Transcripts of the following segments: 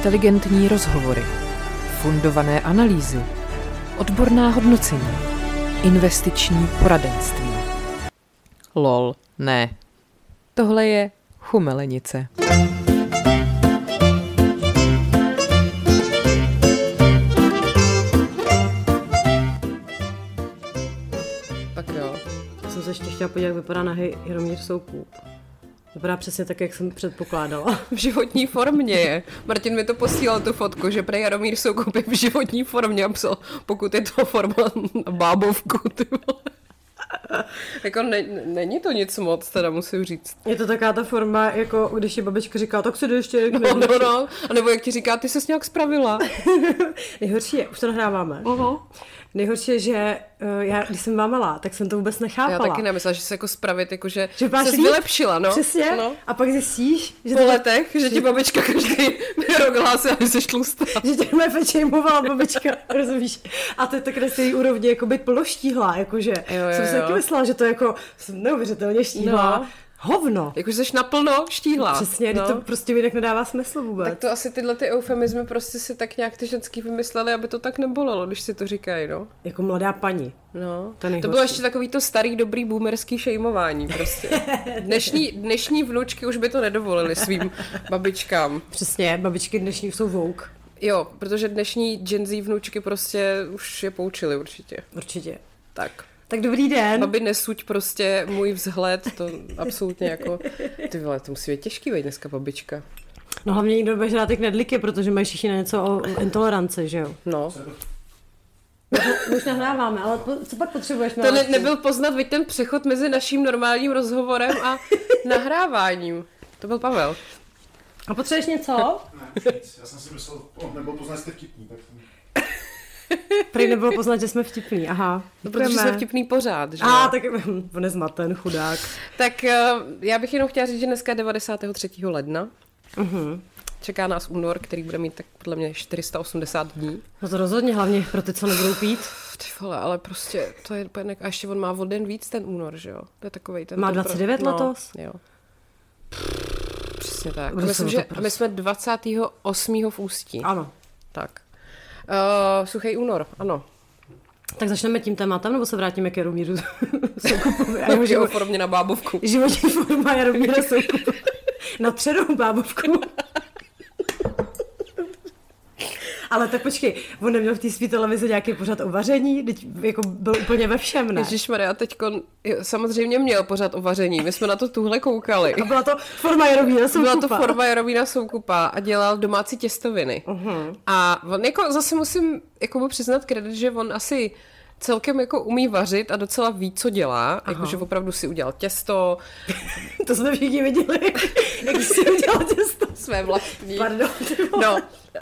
inteligentní rozhovory, fundované analýzy, odborná hodnocení, investiční poradenství. Lol, ne. Tohle je chumelenice. Tak jo. Já jsem se ještě chtěla podívat, jak vypadá nahý Jaromír Soukup. Vypadá přesně tak, jak jsem předpokládala. V životní formě je. Martin mi to posílal tu fotku, že prej Jaromír Soukup je v životní formě a psal, pokud je to forma na bábovku, ty vole. Jako není to nic moc, teda musím říct. Je to taková ta forma, jako když ti babička říká, tak si jde ještě No. A nebo jak ti říká, ty ses nějak spravila. Nejhorší je, už to nahráváme. Nejhorší je, že já, když jsem byla malá, tak jsem to vůbec nechápala. Já taky nemyslela, že se jako spravit, jako že se vylepšila, no. Přesně. No. A pak zjistíš, že po letech, že ti babička každý rok hlásila, že jsi tlustá. Že tě mě fečejmovala babička, rozumíš? A to je tak na stejný úrovni, jako být pološtíhlá, jakože. Jsem si taky myslela, že to jako neuvěřitelně štíhlá. No. Hovno. Jakože jsi naplno štíhlá. Přesně, to prostě jinak nedává smysl vůbec. Tak to asi tyhle ty eufemizmy prostě si tak nějak ty ženský vymysleli, aby to tak nebolelo, když si to říkají, no. Jako mladá paní. No. To bylo ještě takový to starý, dobrý boomerský šejmování prostě. Dnešní vnučky už by to nedovolili svým babičkám. Přesně, babičky dnešní jsou woke. Jo, protože dnešní Gen Z vnučky prostě už je poučili určitě. Určitě. Tak dobrý den. Babi, nesuď prostě můj vzhled, to absolutně jako, ty vole, to musí být těžký, veď dneska babička. No hlavně nikdo nebude žrát knedlíky, protože mají všichni na něco o intoleranci, že jo? No. My už nahráváme, ale co pak potřebuješ? To nebyl poznat, veď ten přechod mezi naším normálním rozhovorem a nahráváním. To byl Pavel. A potřebuješ něco? Ne, nic. Já jsem si myslel, nebylo poznat, že jste vtipný, tak jsem... Prý nebylo poznat, že jsme vtipní, aha. No, protože jsme vtipný pořád, že? Tak on je zmaten, chudák. Tak já bych jenom chtěla říct, že dneska je 93. ledna. Čeká nás únor, který bude mít tak podle mě 480 dní. No to rozhodně, hlavně pro ty, co nebudou pít. Ty vole, ale prostě to je úplně... A ještě on má o den víc ten únor, že jo? To je takovej ten... Má 29 letos? Jo. Přesně tak. Myslím, že my jsme 28. v Ústí. Ano. Tak. Suchý únor, ano. Tak začneme tím tématem, nebo se vrátíme k Jaromíru Soukupovi? Jeho formě na bábovku. Životní forma Jaromíra Soukupa. Na třenou bábovku. Ale tak počkej, on neměl v té svý televizi nějaký pořad o vaření? Teď jako byl úplně ve všem, ne? Ježišmarja, teďko samozřejmě měl pořad o vaření. My jsme na to tuhle koukali. A byla to forma Jaromíra Soukupa. Byla to forma Jaromíra Soukupa a dělal domácí těstoviny. A on jako zase musím jako mu přiznat kredit, že on asi celkem jako umí vařit a docela ví, co dělá. Jakože opravdu si udělal těsto. To jsme všichni viděli, jak si udělal těsto. Své vlastní. Pardon. No.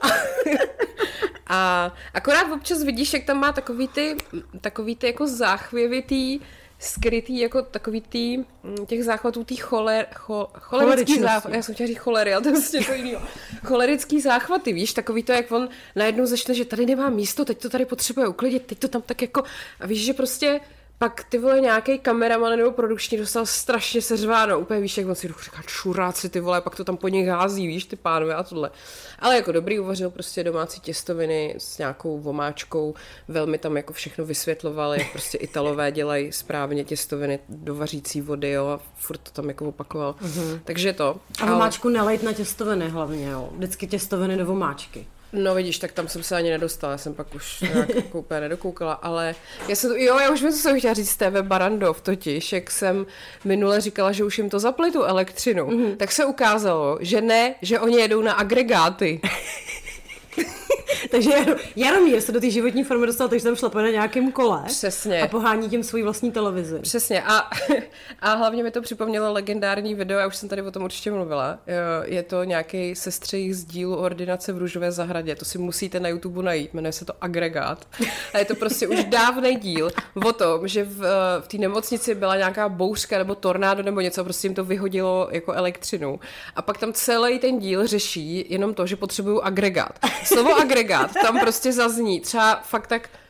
A akorát občas vidíš, jak tam má takový ty jako záchvěvitý, skrytý, jako takový těch záchvatů, cholerický záchvat. Já jsem chtěla říct cholery, ale to je vlastně to jiného. Cholerický záchvaty, víš, takový to, jak on najednou začne, že tady nemá místo, teď to tady potřebuje uklidit, teď to tam tak jako, a víš, že prostě pak ty vole nějaký kameraman nebo produkční dostal strašně seřváno, úplně víš, jak on si říká, čuráci ty vole, pak to tam po nich hází, víš, ty pánové a tohle. Ale jako dobrý uvařil prostě domácí těstoviny s nějakou vomáčkou, velmi tam jako všechno vysvětlovali, jak prostě Italové dělají správně těstoviny do vařící vody, jo, a furt to tam jako opakoval. Takže to. A vomáčku nelejt na těstoviny hlavně, jo, vždycky těstoviny do vomáčky. No vidíš, tak tam jsem se ani nedostala, já jsem pak už nějak úplně nedokoukala, ale já už vím, co jsem chtěla říct z TV Barrandov, totiž, jak jsem minule říkala, že už jim to zapli tu elektřinu, tak se ukázalo, že ne, že oni jedou na agregáty. Takže Jaromír se do té životní formy dostal, takže tam šlape na nějakém kole. Přesně. A pohání tím svůj vlastní televizi. Přesně. A hlavně mi to připomnělo legendární video, já už jsem tady o tom určitě mluvila. Je to nějaký sestřejích z dílu Ordinace v Růžové zahradě. To si musíte na YouTube najít, jmenuje se to Agregát. A je to prostě už dávnej díl o tom, že v té nemocnici byla nějaká bouřka nebo tornádo nebo něco, prostě jim to vyhodilo jako elektřinu. A pak tam celý ten díl řeší jenom to, že potřebují agregát. Slovo agregát tam prostě zazní třeba fakt tak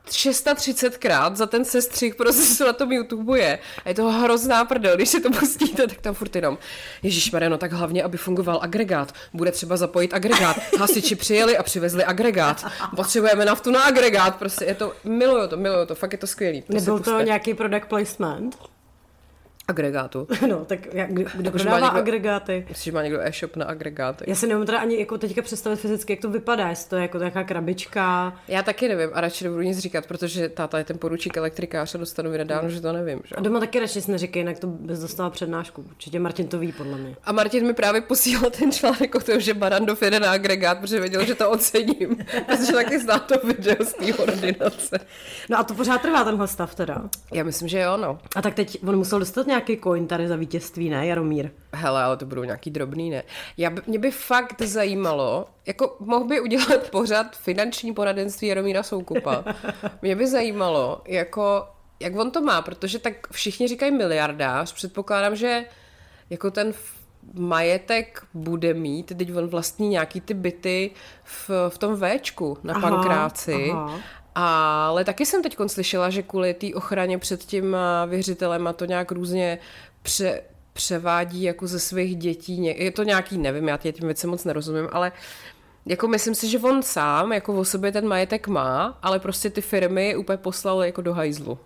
630krát za ten sestřih prostě na tom YouTube je. A je to hrozná prdel, když si to pustíte, tak tam furt jenom Ježišmarja, no tak hlavně, aby fungoval agregát. Bude třeba zapojit agregát. Hasiči přijeli a přivezli agregát. Potřebujeme naftu na agregát. Prostě je to, miluju to, fakt je to skvělý. Nebyl to nějaký product placement? Agregátu. No, tak kdo prodává agregáty? Myslíš, že má někdo e-shop na agregáty? Já si nemůžu teda ani jako teďka představit fyzicky, jak to vypadá, jestli to je jako nějaká krabička. Já taky nevím a radši nebudu nic říkat, protože táta je ten poručík elektrikář a dostanu nedávno, že to nevím. Že? A doma taky radši si neříkej, jinak to bez dostala přednášku. Určitě Martin to ví, podle mě. A Martin mi právě posílal ten článek o tom, že Barrandov jede na agregát, protože věděl, že to ocením. Protože taky zná to video z té ordinace. No a to pořád trvá tenhle stav teda? Já myslím, že jo, no. A tak teď on musel dostat nějaký coin tady za vítězství, ne, Jaromír? Hele, ale to budou nějaký drobný, ne? Mě by fakt zajímalo, jako mohl by udělat pořád finanční poradenství Jaromíra Soukupa. Mě by zajímalo, jako, jak on to má, protože tak všichni říkají miliardář, předpokládám, že jako ten majetek bude mít, teď on vlastní nějaký ty byty v tom Véčku na Pankráci. Ale taky jsem teď slyšela, že kvůli té ochraně před tím věřitelem a to nějak různě převádí jako ze svých dětí. Je to nějaký, nevím, já tím věcem moc nerozumím, ale jako myslím si, že on sám jako o sobě ten majetek má, ale prostě ty firmy úplně poslal jako do hajzlu.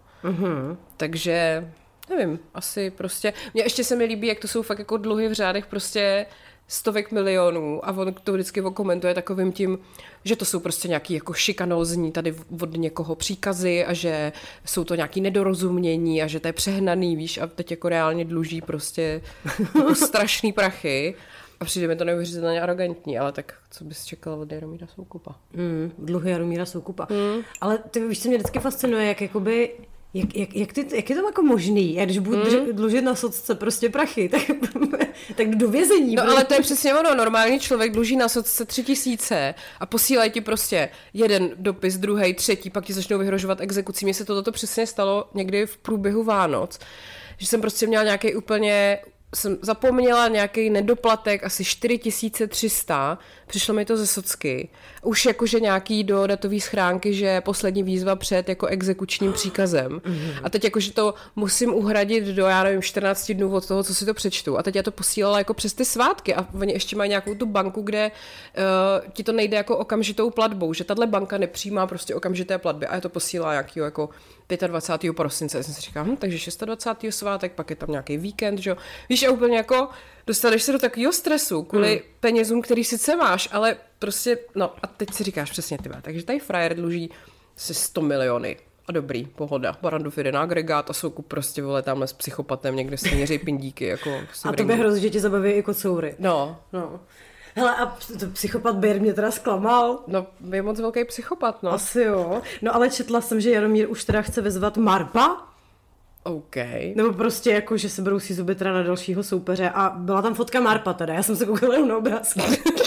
Takže nevím, asi prostě, mně ještě se mi líbí, jak to jsou fakt jako dluhy v řádech prostě stovek milionů a on to vždycky komentuje takovým tím, že to jsou prostě nějaký jako šikanózní tady od někoho příkazy a že jsou to nějaký nedorozumění a že to je přehnaný, víš, a teď jako reálně dluží prostě jako strašný prachy a přijde mi to neuvěřitelně arrogantní, ale tak co bys čekala od Jaromíra Soukupa? Dluhy Jaromíra Soukupa. Ale ty víš, co mě vždycky fascinuje, jak jakoby jak je to jako možný? Já když budu dlužit na socce prostě prachy, tak do vězení. No ale to je přesně ono. Normální člověk dluží na socce 3000 a posílají ti prostě jeden dopis, druhý, třetí, pak ti začnou vyhrožovat exekucí. Mně se toto přesně stalo někdy v průběhu Vánoc, že jsem prostě měla nějaký úplně... jsem zapomněla nějaký nedoplatek, asi 4300, přišlo mi to ze socky. Už jakože nějaký do datové schránky, že poslední výzva před jako exekučním příkazem. A teď jakože to musím uhradit do, já nevím, 14 dnů od toho, co si to přečtu. A teď já to posílala jako přes ty svátky a oni ještě mají nějakou tu banku, kde ti to nejde jako okamžitou platbou, že tahle banka nepřijímá prostě okamžité platby a je to posílá nějakýho jako 25. prosince. Já jsem si říkala, takže 26. svátek, pak je tam nějaký víkend, že jo. Víš, a úplně jako dostaneš se do takového stresu kvůli penězům, který sice máš, ale prostě, no a teď si říkáš přesně ty. Takže tady frajer dluží si 100 miliony. A dobrý, pohoda. Barrandov jede na agregát a Soukup prostě, vole, tamhle s psychopatem někde si měří pindíky. Jako a to by hrozí, že tě zabaví i kocoury. No. Hele, a psychopat Bér mě teda zklamal. No, je moc velký psychopat, no. Asi jo. No ale četla jsem, že Jaromír už teda chce vyzvat Marpa. OK. Nebo prostě jako, že se budou si zuby teda na dalšího soupeře a byla tam fotka Marpa teda, já jsem se koukala jenom na obrázky.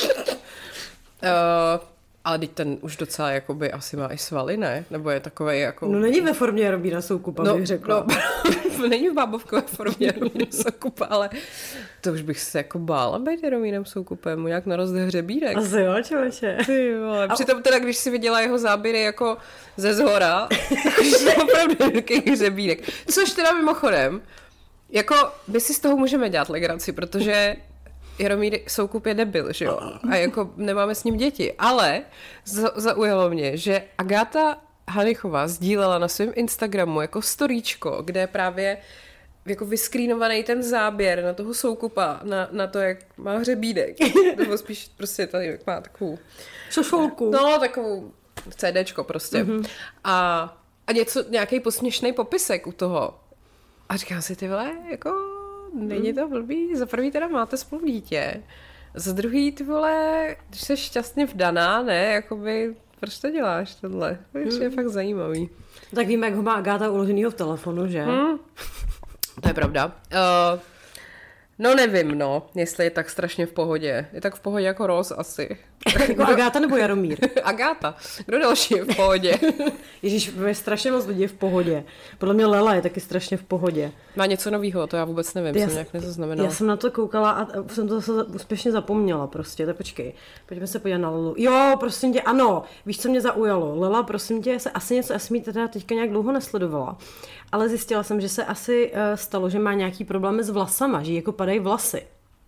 Ale teď ten už docela jakoby asi má i svaly, ne? Nebo je takovej jako... No není ve formě Jaromíra Soukupa, bych řekla. No, není v bábovkové formě Jaromíra Soukupa, ale to už bych se jako bála být Jaromírem Soukupem, mu nějak naroste hřebínek. Asi jo, člověče. Ty vole. Přitom teda, když si viděla jeho záběry jako ze zhora, takže to opravdu nějaký hřebínek. Což teda mimochodem, jako my si z toho můžeme dělat legraci, protože Jaromír Soukup je debil, že jo? A jako nemáme s ním děti. Ale zaujalo mě, že Agáta Hanichová sdílela na svém Instagramu jako storíčko, kde je právě jako vyskrínovaný ten záběr na toho Soukupa, na to, jak má hřebínek. Nebo spíš prostě tady, jak má takovou... Šošolku. No, takovou CDčko prostě. A nějaký posměšný popisek u toho. A říkám si, ty vole, jako... Není to blbý, za prvý teda máte spolu dítě, za druhý ty vole, když jsi šťastně vdaná, ne, jakoby, proč to děláš tohle? To je fakt zajímavý. Tak víme, jak ho má Agáta uloženýho v telefonu, že? To je pravda. No nevím, no, jestli je tak strašně v pohodě. Je tak v pohodě jako Ross asi. Jako Agáta nebo Jaromír? Agáta. Kdo další je v pohodě? Ježíš, je strašně moc lidí v pohodě. Podle mě Lela je taky strašně v pohodě. Má něco novýho, to já vůbec nevím, jsem nějak nezaznamenala. Já jsem na to koukala a jsem to zase úspěšně zapomněla prostě. Tak počkej, pojďme se podívat na Lelu. Jo, prosím tě, ano, víš, co mě zaujalo? Lela, prosím tě, se asi něco, já jsem ji teda teďka nějak dlouho nesledovala, ale zjistila jsem, že se asi stalo, že má nějaký problémy s vlasama, že jí jako padají vlasy.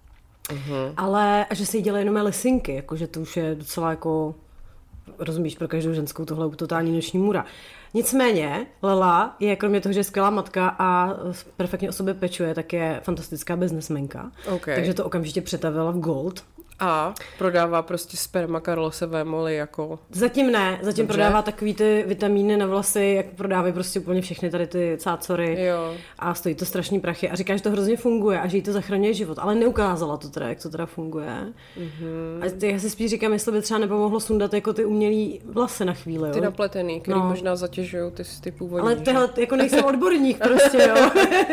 Ale že se jí dělají jenom lisinky, jakože to už je docela jako, rozumíš, pro každou ženskou tohle totální noční můra. Nicméně Lela je kromě toho, že je skvělá matka a perfektně o sobě pečuje, tak je fantastická biznesmenka. Okay. Takže to okamžitě přetavila v gold. A prodává prostě sperma Carlose Vémoly jako... Zatím ne, zatím prodává takový ty vitamíny na vlasy, jak prodávají prostě úplně všechny tady ty cácory. Jo. A stojí to strašný prachy a říká, že to hrozně funguje a že jí to zachraňuje život, ale neukázala to teda, jak to teda funguje. A já si spíš říkám, jestli by třeba nepomohlo sundat jako ty umělý vlasy na chvíli. Jo? Ty napletený, který možná zatěžují ty původní. Ale tyhle, jako nejsem odborník prostě, jo.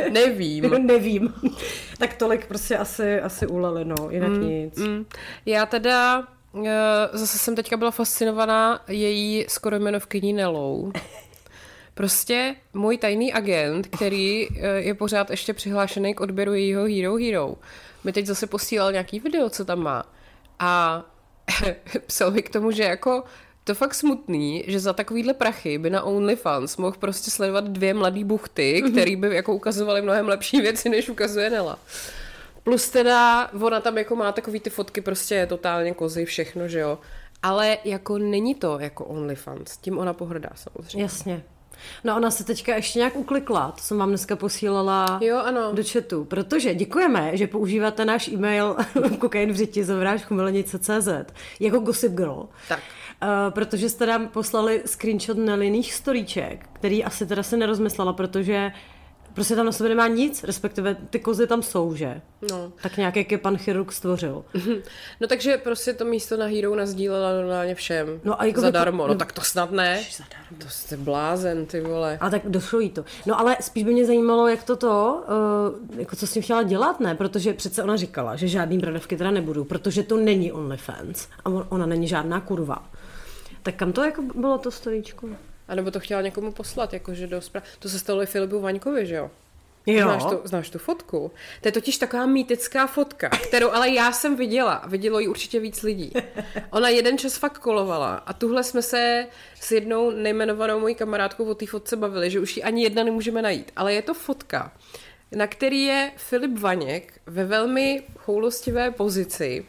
Nevím. Tak tolik prostě asi ulali, no, jinak nic. Já teda zase jsem teďka byla fascinovaná její skoro jmenovkyní Nelou. Prostě můj tajný agent, který je pořád ještě přihlášený k odběru jejího Hero, mi teď zase posílal nějaký video, co tam má. A psal mi k tomu, že jako to fakt smutný, že za takovýhle prachy by na OnlyFans mohl prostě sledovat 2 mladý buchty, který by jako ukazovaly mnohem lepší věci, než ukazuje Nela. Plus teda, ona tam jako má takový ty fotky, prostě totálně kozy, všechno, že jo. Ale jako není to jako OnlyFans, tím ona pohrdá samozřejmě. Jasně. No ona se teďka ještě nějak uklikla, to jsem vám dneska posílala do chatu, protože děkujeme, že používáte náš e-mail kokainvřiti@chumelenice.cz jako Gossip Girl. Tak. Protože jste nám poslali screenshot Neliných storíček, který asi teda se nerozmyslela, protože prostě tam na sobě nemá nic, respektive ty kozy tam jsou, že? No. Tak nějak, jak je pan chirurg stvořil. No takže prostě to místo na Hero nasdílela normálně všem. No a jako zadarmo. No tak to snad ne. To jste blázen, ty vole. A tak došlo jí to. No ale spíš by mě zajímalo, jak jako co s tím chtěla dělat, ne? Protože přece ona říkala, že žádný bradavky teda nebudou, protože to není OnlyFans a ona není žádná kurva. Tak kam to jako bylo to storíčko? A nebo to chtěla někomu poslat, jakože do zpráv. To se stalo i Filipu Vaňkovi, že jo? Znáš tu fotku? To je totiž taková mýtická fotka, kterou ale já jsem viděla. A vidělo ji určitě víc lidí. Ona jeden čas fakt kolovala a tuhle jsme se s jednou nejmenovanou mojí kamarádkou o té fotce bavili, že už ji ani jedna nemůžeme najít. Ale je to fotka, na který je Filip Vaněk ve velmi choulostivé pozici.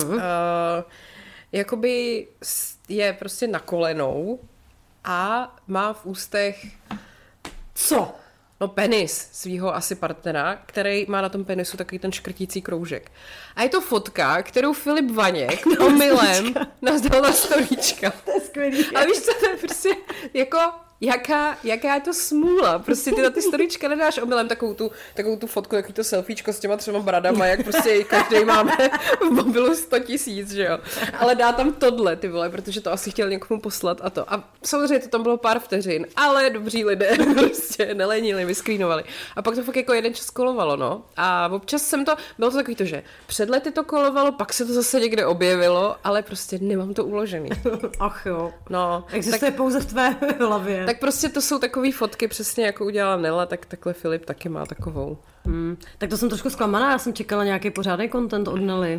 Jakoby je prostě na kolenou a má v ústech... Co? No penis svýho asi partnera, který má na tom penisu takový ten škrtící kroužek. A je to fotka, kterou Filip Vaněk omylem nazdal na storíčka. To je skvělý. A víš co, to je prostě jako... Jaká je to smůla? Prostě ty na ty storíčka nedáš omylem takovou tu fotku, takový to selfiečko s těma 3 bradama, jak prostě každý máme v mobilu 100 000, že jo. Ale dá tam tohle, ty vole, protože to asi chtěl někomu poslat a to. A samozřejmě to tam bylo pár vteřin, ale dobří lidé prostě nelenili, vyskrýnovali. A pak to fakt jako jeden čas kolovalo, no. A občas bylo to takový to, že před lety to kolovalo, pak se to zase někde objevilo, ale prostě nemám to uložený. Ach jo. No. Existuje pouze v tvé hlavě. Tak prostě to jsou takové fotky, přesně jako udělala Nela, tak takhle Filip taky má takovou. Tak to jsem trošku zklamaná, já jsem čekala nějaký pořádný content od Nelly.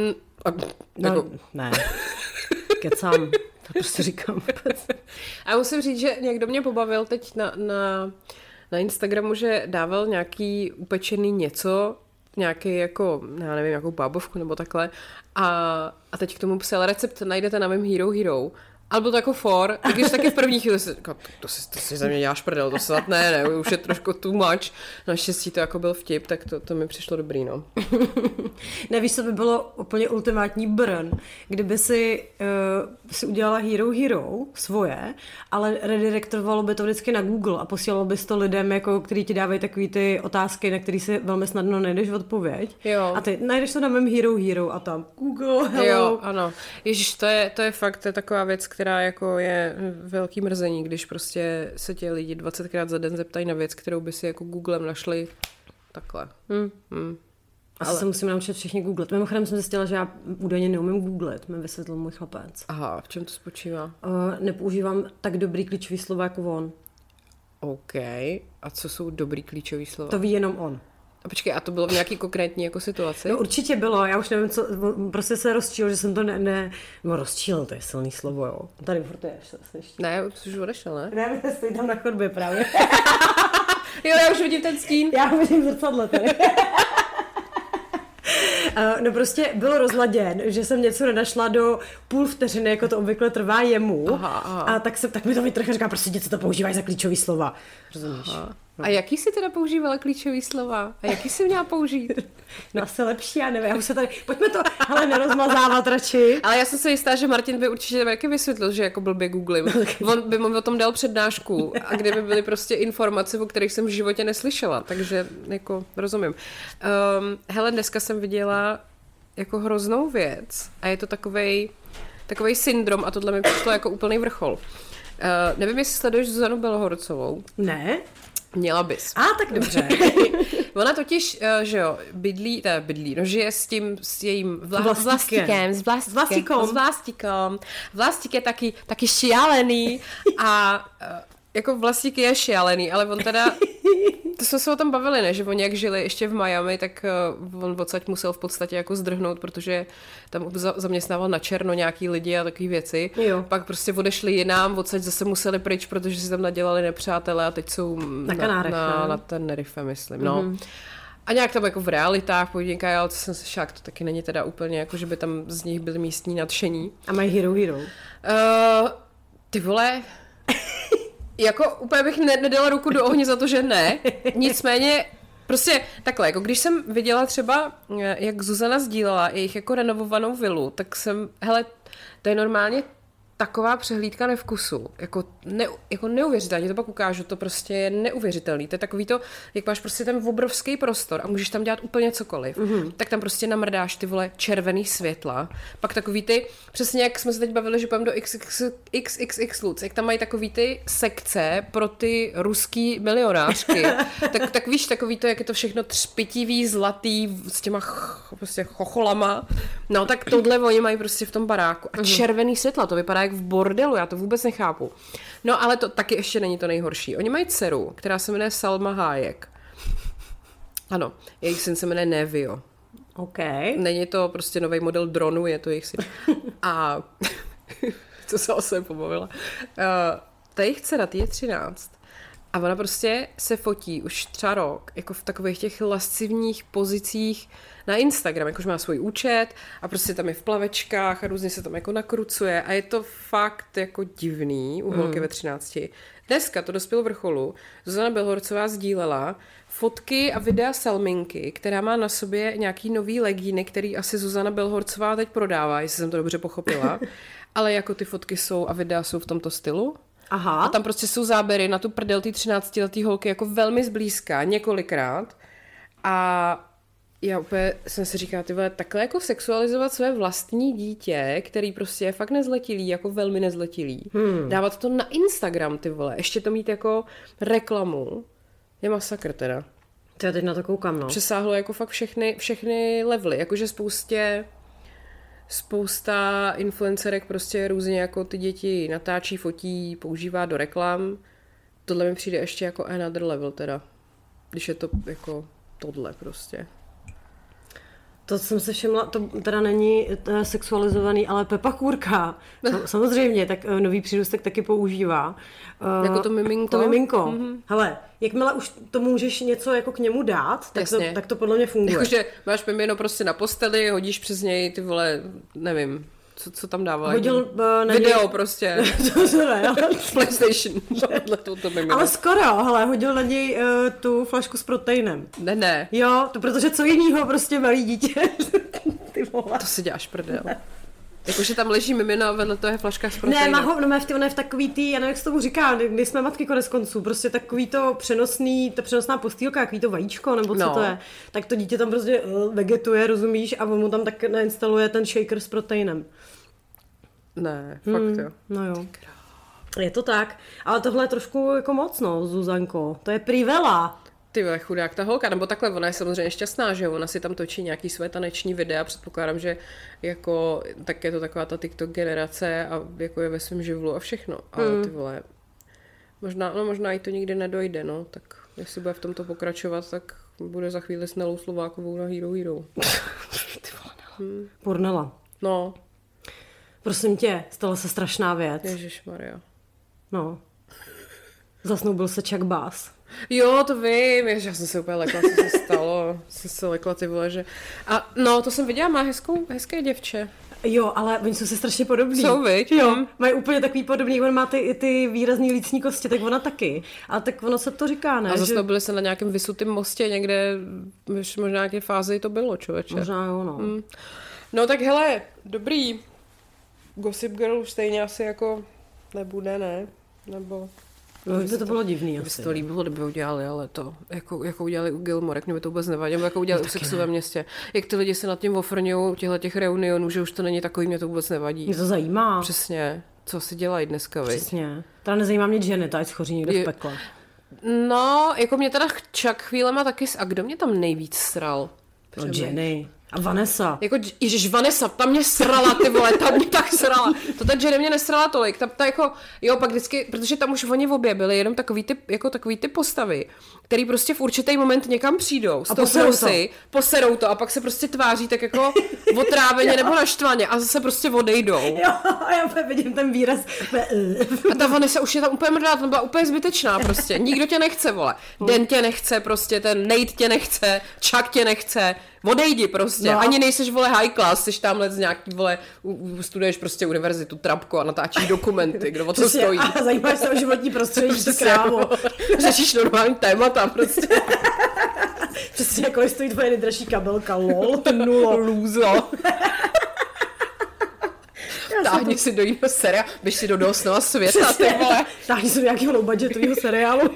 Ne, kecám, to prostě říkám. A musím říct, že někdo mě pobavil teď na Instagramu, že dával nějaký upečený něco, nějaký jako, já nevím, nějakou bábovku nebo takhle a teď k tomu psal recept, najdete na mém Hero. Ale byl to jako for, i když taky v první chvíli to si za mě děláš prdel, to snad ne, už je trošku too much. Naštěstí to jako byl vtip, tak to mi přišlo dobrý, no. Nevíš, co by bylo úplně ultimátní brn, kdyby si udělala Hero svoje, ale redirektovalo by to vždycky na Google a posílalo bys to lidem, jako, který ti dávají takový ty otázky, na který si velmi snadno najdeš odpověď. Jo. A ty najdeš to na mém Hero a tam Google, hello. Jo, ano. Ježiš, to je fakt, to je taková věc, která jako je velký mrzení, když prostě se tě lidi 20krát za den zeptají na věc, kterou by si jako Googlem našli takhle. Asi se musím naučit všichni googlet. Mimochodem jsem zjistila, že já údajně neumím googlet, mi vysvětlil můj chlapec. Aha, v čem to spočívá? Nepoužívám tak dobrý klíčový slova jako on. OK. A co jsou dobrý klíčový slova? To ví jenom on. A počkej, a to bylo v nějaký konkrétní jako situaci? No určitě bylo, já už nevím, co, prostě se rozčíl, že jsem to no rozčíl, to je silný slovo, jo. Tady furt je ještě. Ne, už odešel, ne? Ne, stojí tam na chodbě právě. Jo, já už vidím ten stín. Já vidím zrcadlo tady. No prostě byl rozladěn, že jsem něco nenašla do půl vteřiny, jako to obvykle trvá jemu. Aha. A tak mi to vytrhl a říká, prostě děti to používají za klíčový slova. Rozumíš? No. A jaký jsi teda používala klíčový slova? A jaký jsi měla použít? No asi lepší, já nevím, já už se tady, pojďme to, ale nerozmazávat radši. Ale já jsem se jistá, že Martin by určitě taky vysvětlil, že jako blbě googlím. On by mi o tom dal přednášku a kde by byly prostě informace, o kterých jsem v životě neslyšela, takže jako rozumím. Hele, dneska jsem viděla jako hroznou věc a je to takovej syndrom a tohle mi přišlo jako úplný vrchol. Nevím, jestli sleduješ Zuzanu Belohorcovou. Ne. Měla bys. Tak dobře. Ona totiž, že jo, žije s jejím vlastikem. Vlastík je taky šialený a jako vlastík je šialený, ale on teda, to jsme se o tom bavili, ne, že oni jak žili ještě v Miami, tak on odsaď musel v podstatě jako zdrhnout, protože tam zaměstnával na černo nějaký lidi a takové věci. Jo. Pak prostě odešli jinam, odsaď zase museli pryč, protože si tam nadělali nepřátelé a teď jsou na Tenerife, myslím, no. Mm-hmm. A nějak tam jako v realitách podnikají, ale to jsem se šák, to taky není teda úplně jako, že by tam z nich byli místní nadšení. A mají hero? Ty vole... Jako úplně bych nedala ruku do ohně za to, že ne. Nicméně, prostě takhle, jako když jsem viděla třeba, jak Zuzana sdílela jejich jako renovovanou vilu, tak jsem, hele, to je normálně taková přehlídka nevkusu. Jako neuvěřitelně, to pak ukážu, to prostě je neuvěřitelný. To je takový to, jak máš prostě ten obrovský prostor a můžeš tam dělat úplně cokoliv. Mm-hmm. Tak tam prostě namrdáš ty vole červený světla. Pak takový ty, přesně jak jsme se teď bavili, že půjdeme do XXX Lutz, jak tam mají takový ty sekce pro ty ruský milionářky. tak víš, takový to, jak je to všechno třpitivý, zlatý, s těma prostě chocholama. No tak tohle oni mají prostě v tom baráku. A červený světla, to vypadá jak v bordelu, já to vůbec nechápu. No ale to taky ještě není to nejhorší. Oni mají dceru, která se jmenuje Salma Hayek. Ano, jejich syn se jmenuje Nevio. OK. Není to prostě nový model dronu, je to jejich syn. A to se osem pobavila. Ta jejich dcera, ty je 13. A ona prostě se fotí už třeba rok, jako v takových těch lascivních pozicích na Instagram, jakože má svůj účet a prostě tam je v plavečkách a různě se tam jako nakrucuje a je to fakt jako divný u holky ve 13. Dneska to dospělo vrcholu. Zuzana Belohorcová sdílela fotky a videa Salminky, která má na sobě nějaký nový legíny, který asi Zuzana Belohorcová teď prodává, jestli jsem to dobře pochopila. Ale jako ty fotky jsou a videa jsou v tomto stylu. Aha. A tam prostě jsou záběry na tu prdel té 13letý holky jako velmi zblízka, několikrát. A já úplně jsem si říkala, ty vole, takhle jako sexualizovat své vlastní dítě, který prostě je fakt nezletilý, jako velmi nezletilý. Dávat to na Instagram, ty vole, ještě to mít jako reklamu, je masakr teda. To já teď na to koukám, no. Přesáhlo jako fakt všechny levely, jakože spousta influencerek prostě různě jako ty děti natáčí, fotí, používá do reklam. Tohle mi přijde ještě jako another level teda, když je to jako tohle prostě. To jsem se všimla, to teda není sexualizovaný, ale Pepa Kůrka, samozřejmě, tak nový přírůstek taky používá. Jako to miminko? To miminko. Mm-hmm. Hele, jakmile už to můžeš něco jako k němu dát, tak to podle mě funguje. Jakože máš mimino prostě na posteli, hodíš přes něj ty vole, nevím, co tam dával. Hodil na video něj... prostě. to ne, PlayStation. to ale skoro, hele, hodil na něj tu flašku s proteinem. Ne. Jo, to protože co jinýho prostě malý dítě. Ty vole. To si děláš prdel. Jakože tam leží mimino a vedle toho je flaška s proteinem. Ne, ona je v takový tý, já nevím, jak se tomu říká, kdy jsme matky konec konců, prostě takový to přenosná postýlka, takový to vajíčko, nebo co to je. Tak to dítě tam prostě vegetuje, rozumíš, a on mu tam tak nainstaluje ten shaker s proteinem. Ne, fakt jo. No jo. Je to tak, ale tohle je trošku jako moc, no, Zuzanko, to je prý vela. Ty vole, chudák ta holka, nebo takhle, ona je samozřejmě šťastná, že ona si tam točí nějaký své taneční videa, předpokládám, že jako, tak je to taková ta TikTok generace a jako je ve svém živlu a všechno, ale ty vole, možná i to nikdy nedojde, no, tak jestli bude v tomto pokračovat, tak bude za chvíli s Nelou Slovákovou na Hero Hero. Ty vole, Pornela. No. Prosím tě, stala se strašná věc. Ježišmarja. No. Zasnoubil se Chuck Bass. Jo, to vím, já jsem se úplně lekla, co se stalo. Jsem se lekla, ty vole, že... A no, to jsem viděla, má hezké děvče. Jo, ale oni jsou si strašně podobní. Jsou, viď? Jo, mají úplně takový podobný, on má ty výrazný lícní kosti, tak ona taky. Ale tak ono se to říká, ne? A zasnoubili se na nějakém vysutém mostě někde, možná nějaké fázi to bylo, člověče. Možná jo, no. No tak hele, dobrý. Gossip Girl už stejně asi jako nebude, ne? Nebo... No, by to bylo divný asi. By se to líbilo, kdyby udělali, ale to, jako udělali u Gilmore, mě by to vůbec nevadilo, jako udělali u Sexu ve městě. Jak ty lidi se nad tím ofrňují, těch reunionů, že už to není takový, mě to vůbec nevadí. Mě to zajímá. Přesně, co si dělají dneska, viď? Přesně. Teda nezajímá mě Jenny, ta ať schoří někde v pekle. No, jako mě teda Chuck chvílema taky, a kdo mě tam nejvíc sral? No Jenny. A Vanessa. Jako, ježiš, Vanessa, ta mě srala, ty vole, ta mě tak srala. To ta Jenny mě nesrala tolik, ta jako, jo, pak vždycky, protože tam už oni v obě byli jenom takový ty postavy, který prostě v určitý moment někam přijdou, poserou to a pak se prostě tváří tak jako otráveně nebo naštvaně a zase prostě odejdou. Jo, a já vidím ten výraz. A ta Vanessa už je tam úplně mrdá, tam byla úplně zbytečná prostě, nikdo tě nechce, vole. Den tě nechce prostě, ten Nate tě nechce, Chuck tě nechce, odejdi prostě, no. Ani nejseš, vole, high class, jsi tamhle z nějaký, vole, studuješ prostě univerzitu Trapko a natáčíš dokumenty, kdo o to stojí. A zajímáš se o životní prostředí, že krávo. Řešíš normální témata prostě. Přesně, jakkoliv stojí tvoje nejdražší kabelka, lol, nulo. Lůzo. Táhni si do jiného seriálu, běž si do Dosnova světa, ty vole. Táhni si do nějakého low budgetového seriálu.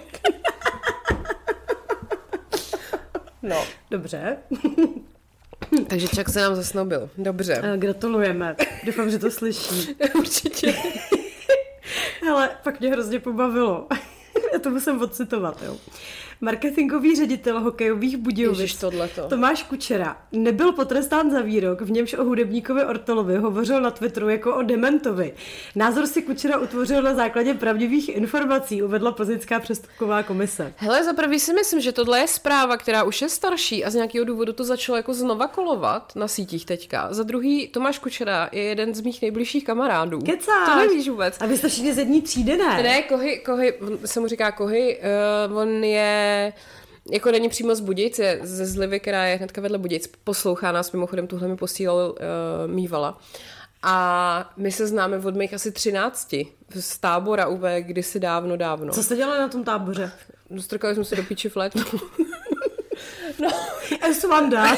No. Dobře. Takže Chuck se nám zasnoubil. Dobře. Gratulujeme. Doufám, že to slyší. Určitě. Hele, pak mě hrozně pobavilo. Já to musím odcitovat, jo. Marketingový ředitel hokejových Budějovic Tomáš Kučera nebyl potrestán za výrok, v němž o hudebníkovi Ortolovi hovořil na Twitteru jako o dementovi. Názor si Kučera utvořil na základě pravdivých informací, uvedla Plzeňská přestupková komise. Hele, za prvý si myslím, že tohle je zpráva, která už je starší a z nějakého důvodu to začalo jako znova kolovat na sítích teďka. Za druhý, Tomáš Kučera je jeden z mých nejbližších kamarádů. Kecáš? To nevíš vůbec. A vy jste všichni z jedné třídy, ne? Ne, Kohy, se mu říká Kohy, on je jako není přímo z Budějic, je ze Zlivy, která je hnedka vedle Budějic. Poslouchá nás, mimochodem tuhle mi posílal Mývala. A my se známe od mých asi 13 z tábora kdysi dávno. Co jste dělali na tom táboře? Strkali jsme se do píči flétnu. No. As one does.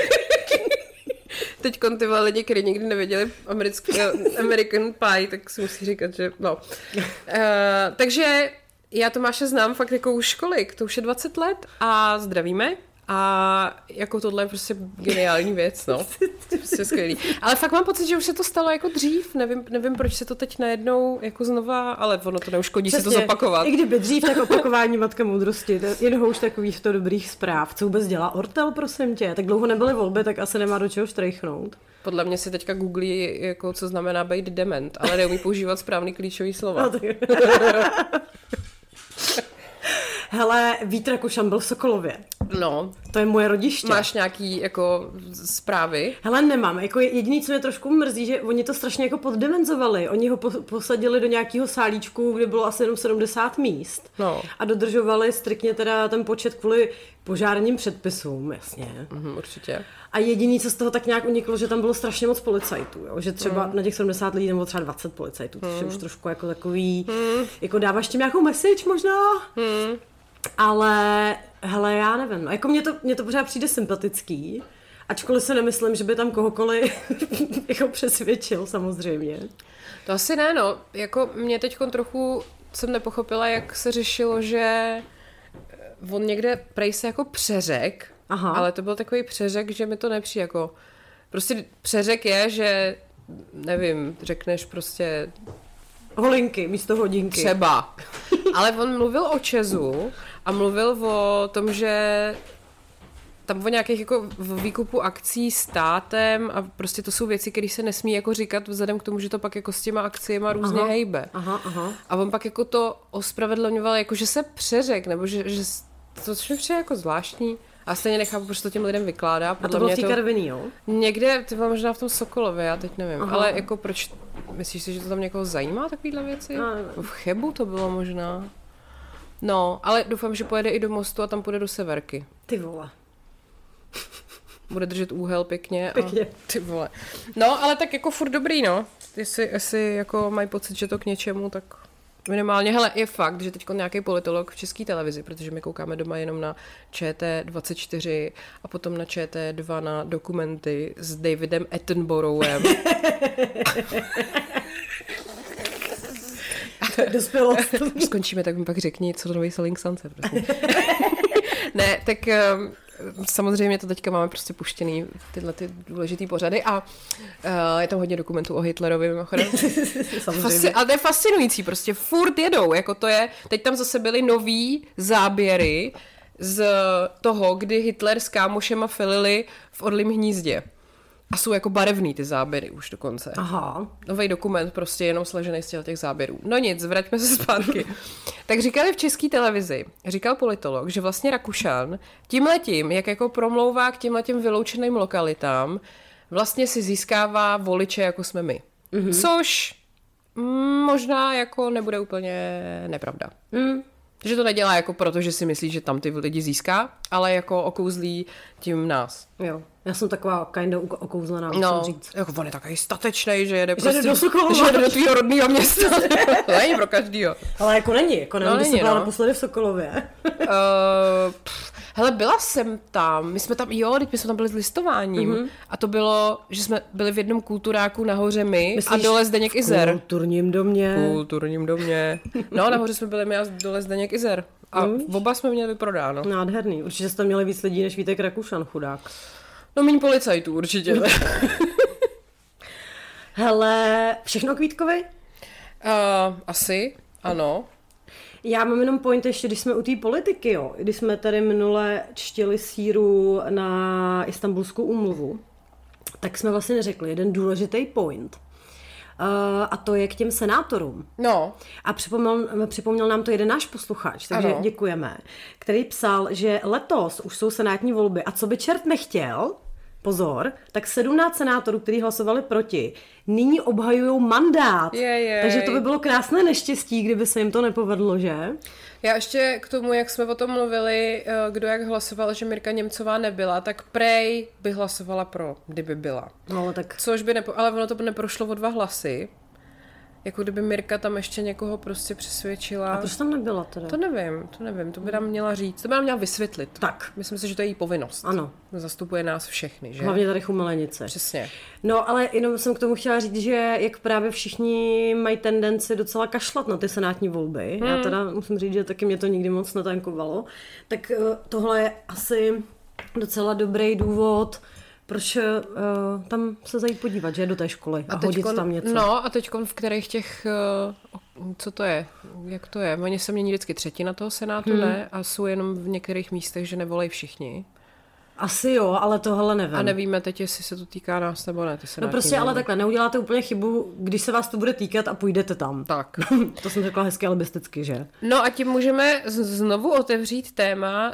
Teď ty lidi, kteří nikdy nevěděli American Pie, tak si musí říkat, že no. Takže já Tomáše znám fakt jako už kolik, to už je 20 let a zdravíme a jako tohle je prostě geniální věc, no. Prostě skvělý. Ale fakt mám pocit, že už se to stalo jako dřív, nevím proč se to teď najednou jako znova, ale ono to neuškodí se to zopakovat. I kdyby dřív, tak opakování matka moudrosti, jen už takových to dobrých zpráv. Co vůbec dělá Ortel, prosím tě? Tak dlouho nebyly volby, tak asi nemá do čeho štrejchnout. Podle mě si teďka googlí, jako co znamená být dement, ale neumí používat správný klíčový slova. No, hele, Vít Rakušan byl v Sokolově. No. To je moje rodiště. Máš nějaký jako zprávy? Hele, nemám. Jako jediný, co mě trošku mrzí, že oni to strašně jako poddimenzovali. Oni ho posadili do nějakého sálíčku, kde bylo asi jenom 70 míst. No. A dodržovali striktně teda ten počet kvůli požárním předpisům, jasně. Určitě. A jediný, co z toho tak nějak uniklo, že tam bylo strašně moc policajtů, jo? Že třeba na těch 70 lidí nebo třeba 20 policajtů, což je už trošku jako takový, jako dáváš tím nějakou message možná, ale hele, já nevím, jako mě to pořád přijde sympatický, ačkoliv si nemyslím, že by tam kohokoliv jako přesvědčil samozřejmě. To asi ne, no, jako mě teďkon trochu jsem nepochopila, jak se řešilo, že on někde prej se jako přeřek. Aha. Ale to byl takový přeřek, že mi to nepřijde jako... Prostě přeřek je, že nevím, řekneš prostě... Holinky místo hodinky. Třeba. Ale on mluvil o Česu a mluvil o tom, že tam o nějakých jako výkupu akcí státem a prostě to jsou věci, které se nesmí jako říkat vzhledem k tomu, že to pak jako s těma akciema různě hejbe. A on pak jako to ospravedlňoval, jako že se přeřek, nebo že to mi přijde jako zvláštní. A stejně nechápu, proč to těm lidem vykládá. A to bylo v té Karviní, jo? Někde, to bylo možná v tom Sokolově, já teď nevím. Ale jako proč, myslíš si, že to tam někoho zajímá, takovýhle věci? V Chebu to bylo možná. No, ale doufám, že pojede i do Mostu a tam půjde do Severky. Ty vole. Bude držet úhel pěkně. Ty vole. No, ale tak jako furt dobrý, no. Jestli jako mají pocit, že to k něčemu, tak minimálně. Hele, je fakt, že teď nějaký politolog v České televizi, protože my koukáme doma jenom na ČT24 a potom na ČT2 na dokumenty s Davidem Attenboroughem. Dospělo. Skončíme, tak mi pak řekni, co to nový Selling Sunset, prosím. Ne, tak samozřejmě to teďka máme prostě puštěný tyhle ty důležitý pořady a je tam hodně dokumentů o Hitlerovi mimochodem. Ale to je fascinující, prostě furt jedou, jako to je, teď tam zase byly nový záběry z toho, kdy Hitler s kámošema filili v Orlím hnízdě. A jsou jako barevný ty záběry už dokonce. Aha. Nový dokument prostě jenom složený z těch záběrů. No nic, vraťme se zpátky. Tak říkali v České televizi, říkal politolog, že vlastně Rakušan tímhletím, jak jako promlouvá k těmhletěm vyloučeným lokalitám, vlastně si získává voliče, jako jsme my. Mm-hmm. Což možná jako nebude úplně nepravda. Že to nedělá jako proto, že si myslí, že tam ty lidi získá, ale jako okouzlí tím nás. Jo, já jsem taková kinda okouzlená, musím říct. Jako on je takový statečnej, že jede prostě do tvýho rodného města. To není pro každýho. Ale jako není, jako nevím, když jsem byla naposledy v Sokolově. Hele, byla jsem tam, my jsme tam byli s listováním a to bylo, že jsme byli v jednom kulturáku nahoře my. Myslíš, a dole Zdeněk Izer. Kulturním domě. No, nahoře jsme byli my a dole Zdeněk Izer. A oba jsme měli vyprodáno. Nádherný, určitě jste měli víc lidí než Vítek Rakušan, chudák. No míň policajtů určitě. Hele, všechno k Vítkovi? Asi, ano. Já mám jenom point ještě, když jsme u té politiky, jo. Když jsme tady minule čtili síru na Istanbulskou úmluvu, tak jsme vlastně neřekli jeden důležitý point. A to je k těm senátorům. No. A připomněl nám to jeden náš posluchač, takže děkujeme, který psal, že letos už jsou senátní volby a co by čert nechtěl, pozor, tak 17 senátorů, kteří hlasovali proti, nyní obhajují mandát. Takže to by bylo krásné neštěstí, kdyby se jim to nepovedlo, že? Já ještě k tomu, jak jsme o tom mluvili, kdo jak hlasoval, že Mirka Němcová nebyla, tak prej by hlasovala pro, kdyby byla. No, tak... Což by ale ono to by neprošlo o 2 hlasy. Jako kdyby Mirka tam ještě někoho prostě přesvědčila. A proč tam nebyla teda? To nevím, to by nám měla říct, to by nám měla vysvětlit. Tak. Myslím si, že to je její povinnost. Ano. Zastupuje nás všechny, že? Hlavně tady chumelenice. Přesně. No, ale jenom jsem k tomu chtěla říct, že jak právě všichni mají tendenci docela kašlat na ty senátní volby, já teda musím říct, že taky mě to nikdy moc netankovalo, tak tohle je asi docela dobrý důvod, proč tam se zajít podívat, že do té školy a hodit tam něco. No a teďkon v kterých těch, co to je, jak to je, oni se mění vždycky třetina toho senátu, ne? A jsou jenom v některých místech, že nevolají všichni. Asi jo, ale tohle nevím. A nevíme teď, jestli se to týká nás nebo ne. No prostě ale takhle, neuděláte úplně chybu, když se vás to bude týkat a půjdete tam. Tak. To jsem řekla hezky alibisticky, že? No a tím můžeme znovu otevřít téma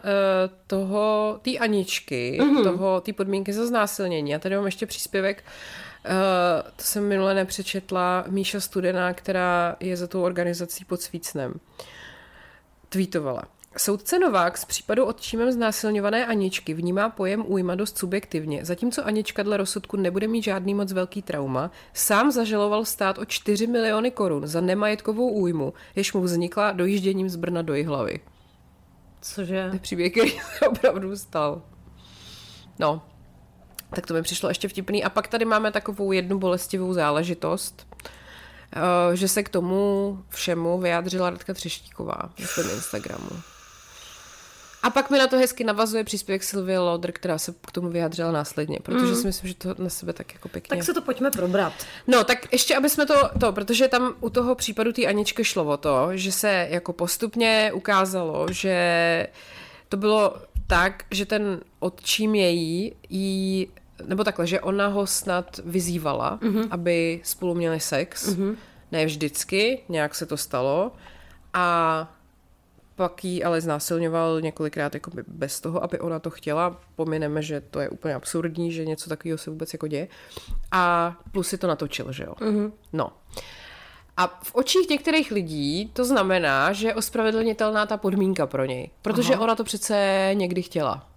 té Aničky, té podmínky za znásilnění. Já tady mám ještě příspěvek, to jsem minule nepřečetla, Míša Studená, která je za tou organizací Pod Svícnem. Tweetovala. Soudce Novák z případu odčímem znásilňované Aničky vnímá pojem újma dost subjektivně. Zatímco Anička dle rozsudku nebude mít žádný moc velký trauma, sám zažaloval stát o 4 miliony korun za nemajetkovou újmu, jež mu vznikla dojížděním z Brna do Jihlavy. Cože? To je příběh, který se opravdu stal. No, tak to mi přišlo ještě vtipný. A pak tady máme takovou jednu bolestivou záležitost, že se k tomu všemu vyjádřila Radka Třeštíková na svém Instagramu. A pak mi na to hezky navazuje příspěvek Sylvie Lauder, která se k tomu vyjádřila následně, protože si myslím, že to na sebe tak jako pěkně. Tak se to pojďme probrat. No, tak ještě, aby jsme protože tam u toho případu té Aničky šlo o to, že se jako postupně ukázalo, že to bylo tak, že ten otčím jí, nebo takhle, že ona ho snad vyzývala, aby spolu měli sex. Ne vždycky, nějak se to stalo. A pak jí ale znásilňoval několikrát jako bez toho, aby ona to chtěla. Pomineme, že to je úplně absurdní, že něco takového se vůbec jako děje. A plus si to natočil, že jo? No. A v očích některých lidí to znamená, že je ospravedlnitelná ta podmínka pro něj. Protože ona to přece někdy chtěla.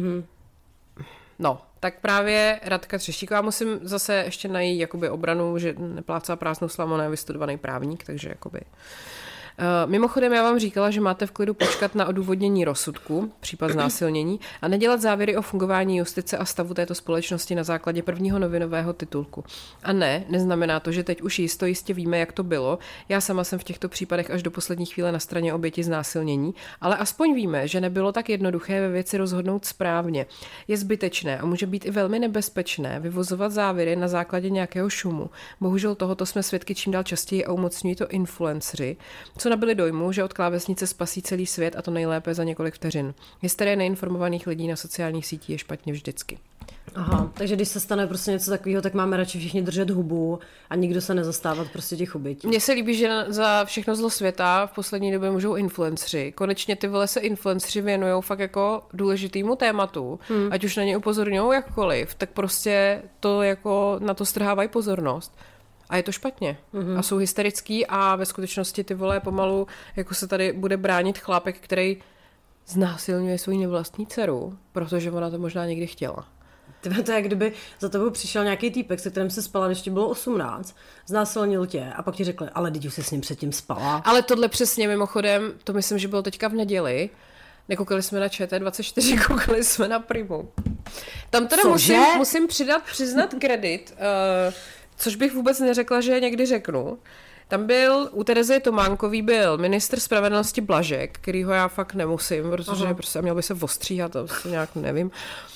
No, tak právě Radka Třeštíková, musím zase ještě na její jakoby obranu, že neplácá prázdnou slamu, ona je vystudovaný právník, takže jakoby... Mimochodem já vám říkala, že máte v klidu počkat na odůvodnění rozsudku, případ znásilnění, a nedělat závěry o fungování justice a stavu této společnosti na základě prvního novinového titulku. A ne, neznamená to, že teď už jistě víme, jak to bylo. Já sama jsem v těchto případech až do poslední chvíle na straně oběti znásilnění, ale aspoň víme, že nebylo tak jednoduché ve věci rozhodnout správně. Je zbytečné a může být i velmi nebezpečné vyvozovat závěry na základě nějakého šumu. Bohužel tohoto jsme svědky čím dál častěji a umocňují to influenceři, co nabili dojmu, že od klávesnice spasí celý svět a to nejlépe za několik vteřin. Hysterie neinformovaných lidí na sociálních sítích je špatně vždycky. Aha, takže když se stane prostě něco takového, tak máme radši všichni držet hubu a nikdo se nezastávat prostě těch obětí. Mně se líbí, že za všechno zlo světa v poslední době můžou influencři. Konečně ty vole se influencři věnujou fakt jako důležitýmu tématu, ať už na ně upozorňují jakkoliv, tak prostě to jako na to strhávají pozornost. A je to špatně. A jsou hysterický a ve skutečnosti ty vole pomalu, jako se tady bude bránit chlápek, který znásilňuje svou nevlastní dceru, protože ona to možná někdy chtěla. To je, kdyby za tebou přišel nějaký týpek, se kterým se spala, když ti bylo 18, znásilnil tě a pak ti řekli, ale teď už se s ním předtím spala. Ale tohle přesně mimochodem, to myslím, že bylo teďka v neděli. Nekoukali jsme na ČT24, koukali jsme na Primu. Tam teda musím přiznat kredit, což bych vůbec neřekla, že někdy řeknu. Tam byl, u Terezy Tománkový byl ministr spravedlnosti Blažek, kterýho já fakt nemusím, protože prostě měl by se ostříhat, to nějak nevím.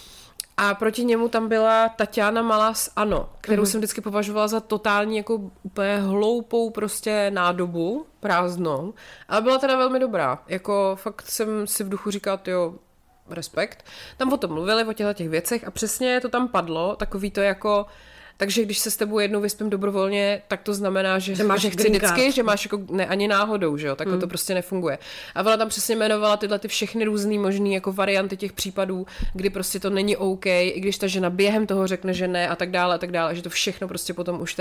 A proti němu tam byla Tatiana Malá z ANO, kterou jsem vždycky považovala za totální jako úplně hloupou prostě nádobu, prázdnou, ale byla teda velmi dobrá. Jako fakt jsem si v duchu říkala, jo, respekt. Tam o tom mluvili, o těch věcech a přesně to tam padlo, takový to jako... Takže když se s tebou jednou vyspím dobrovolně, tak to znamená, že chci vždycky, že máš jako ne ani náhodou, že jo, takhle to prostě nefunguje. A ona tam přesně jmenovala tyhle ty všechny různý možný jako varianty těch případů, kdy prostě to není OK, i když ta žena během toho řekne, že ne a tak dále, že to všechno prostě potom už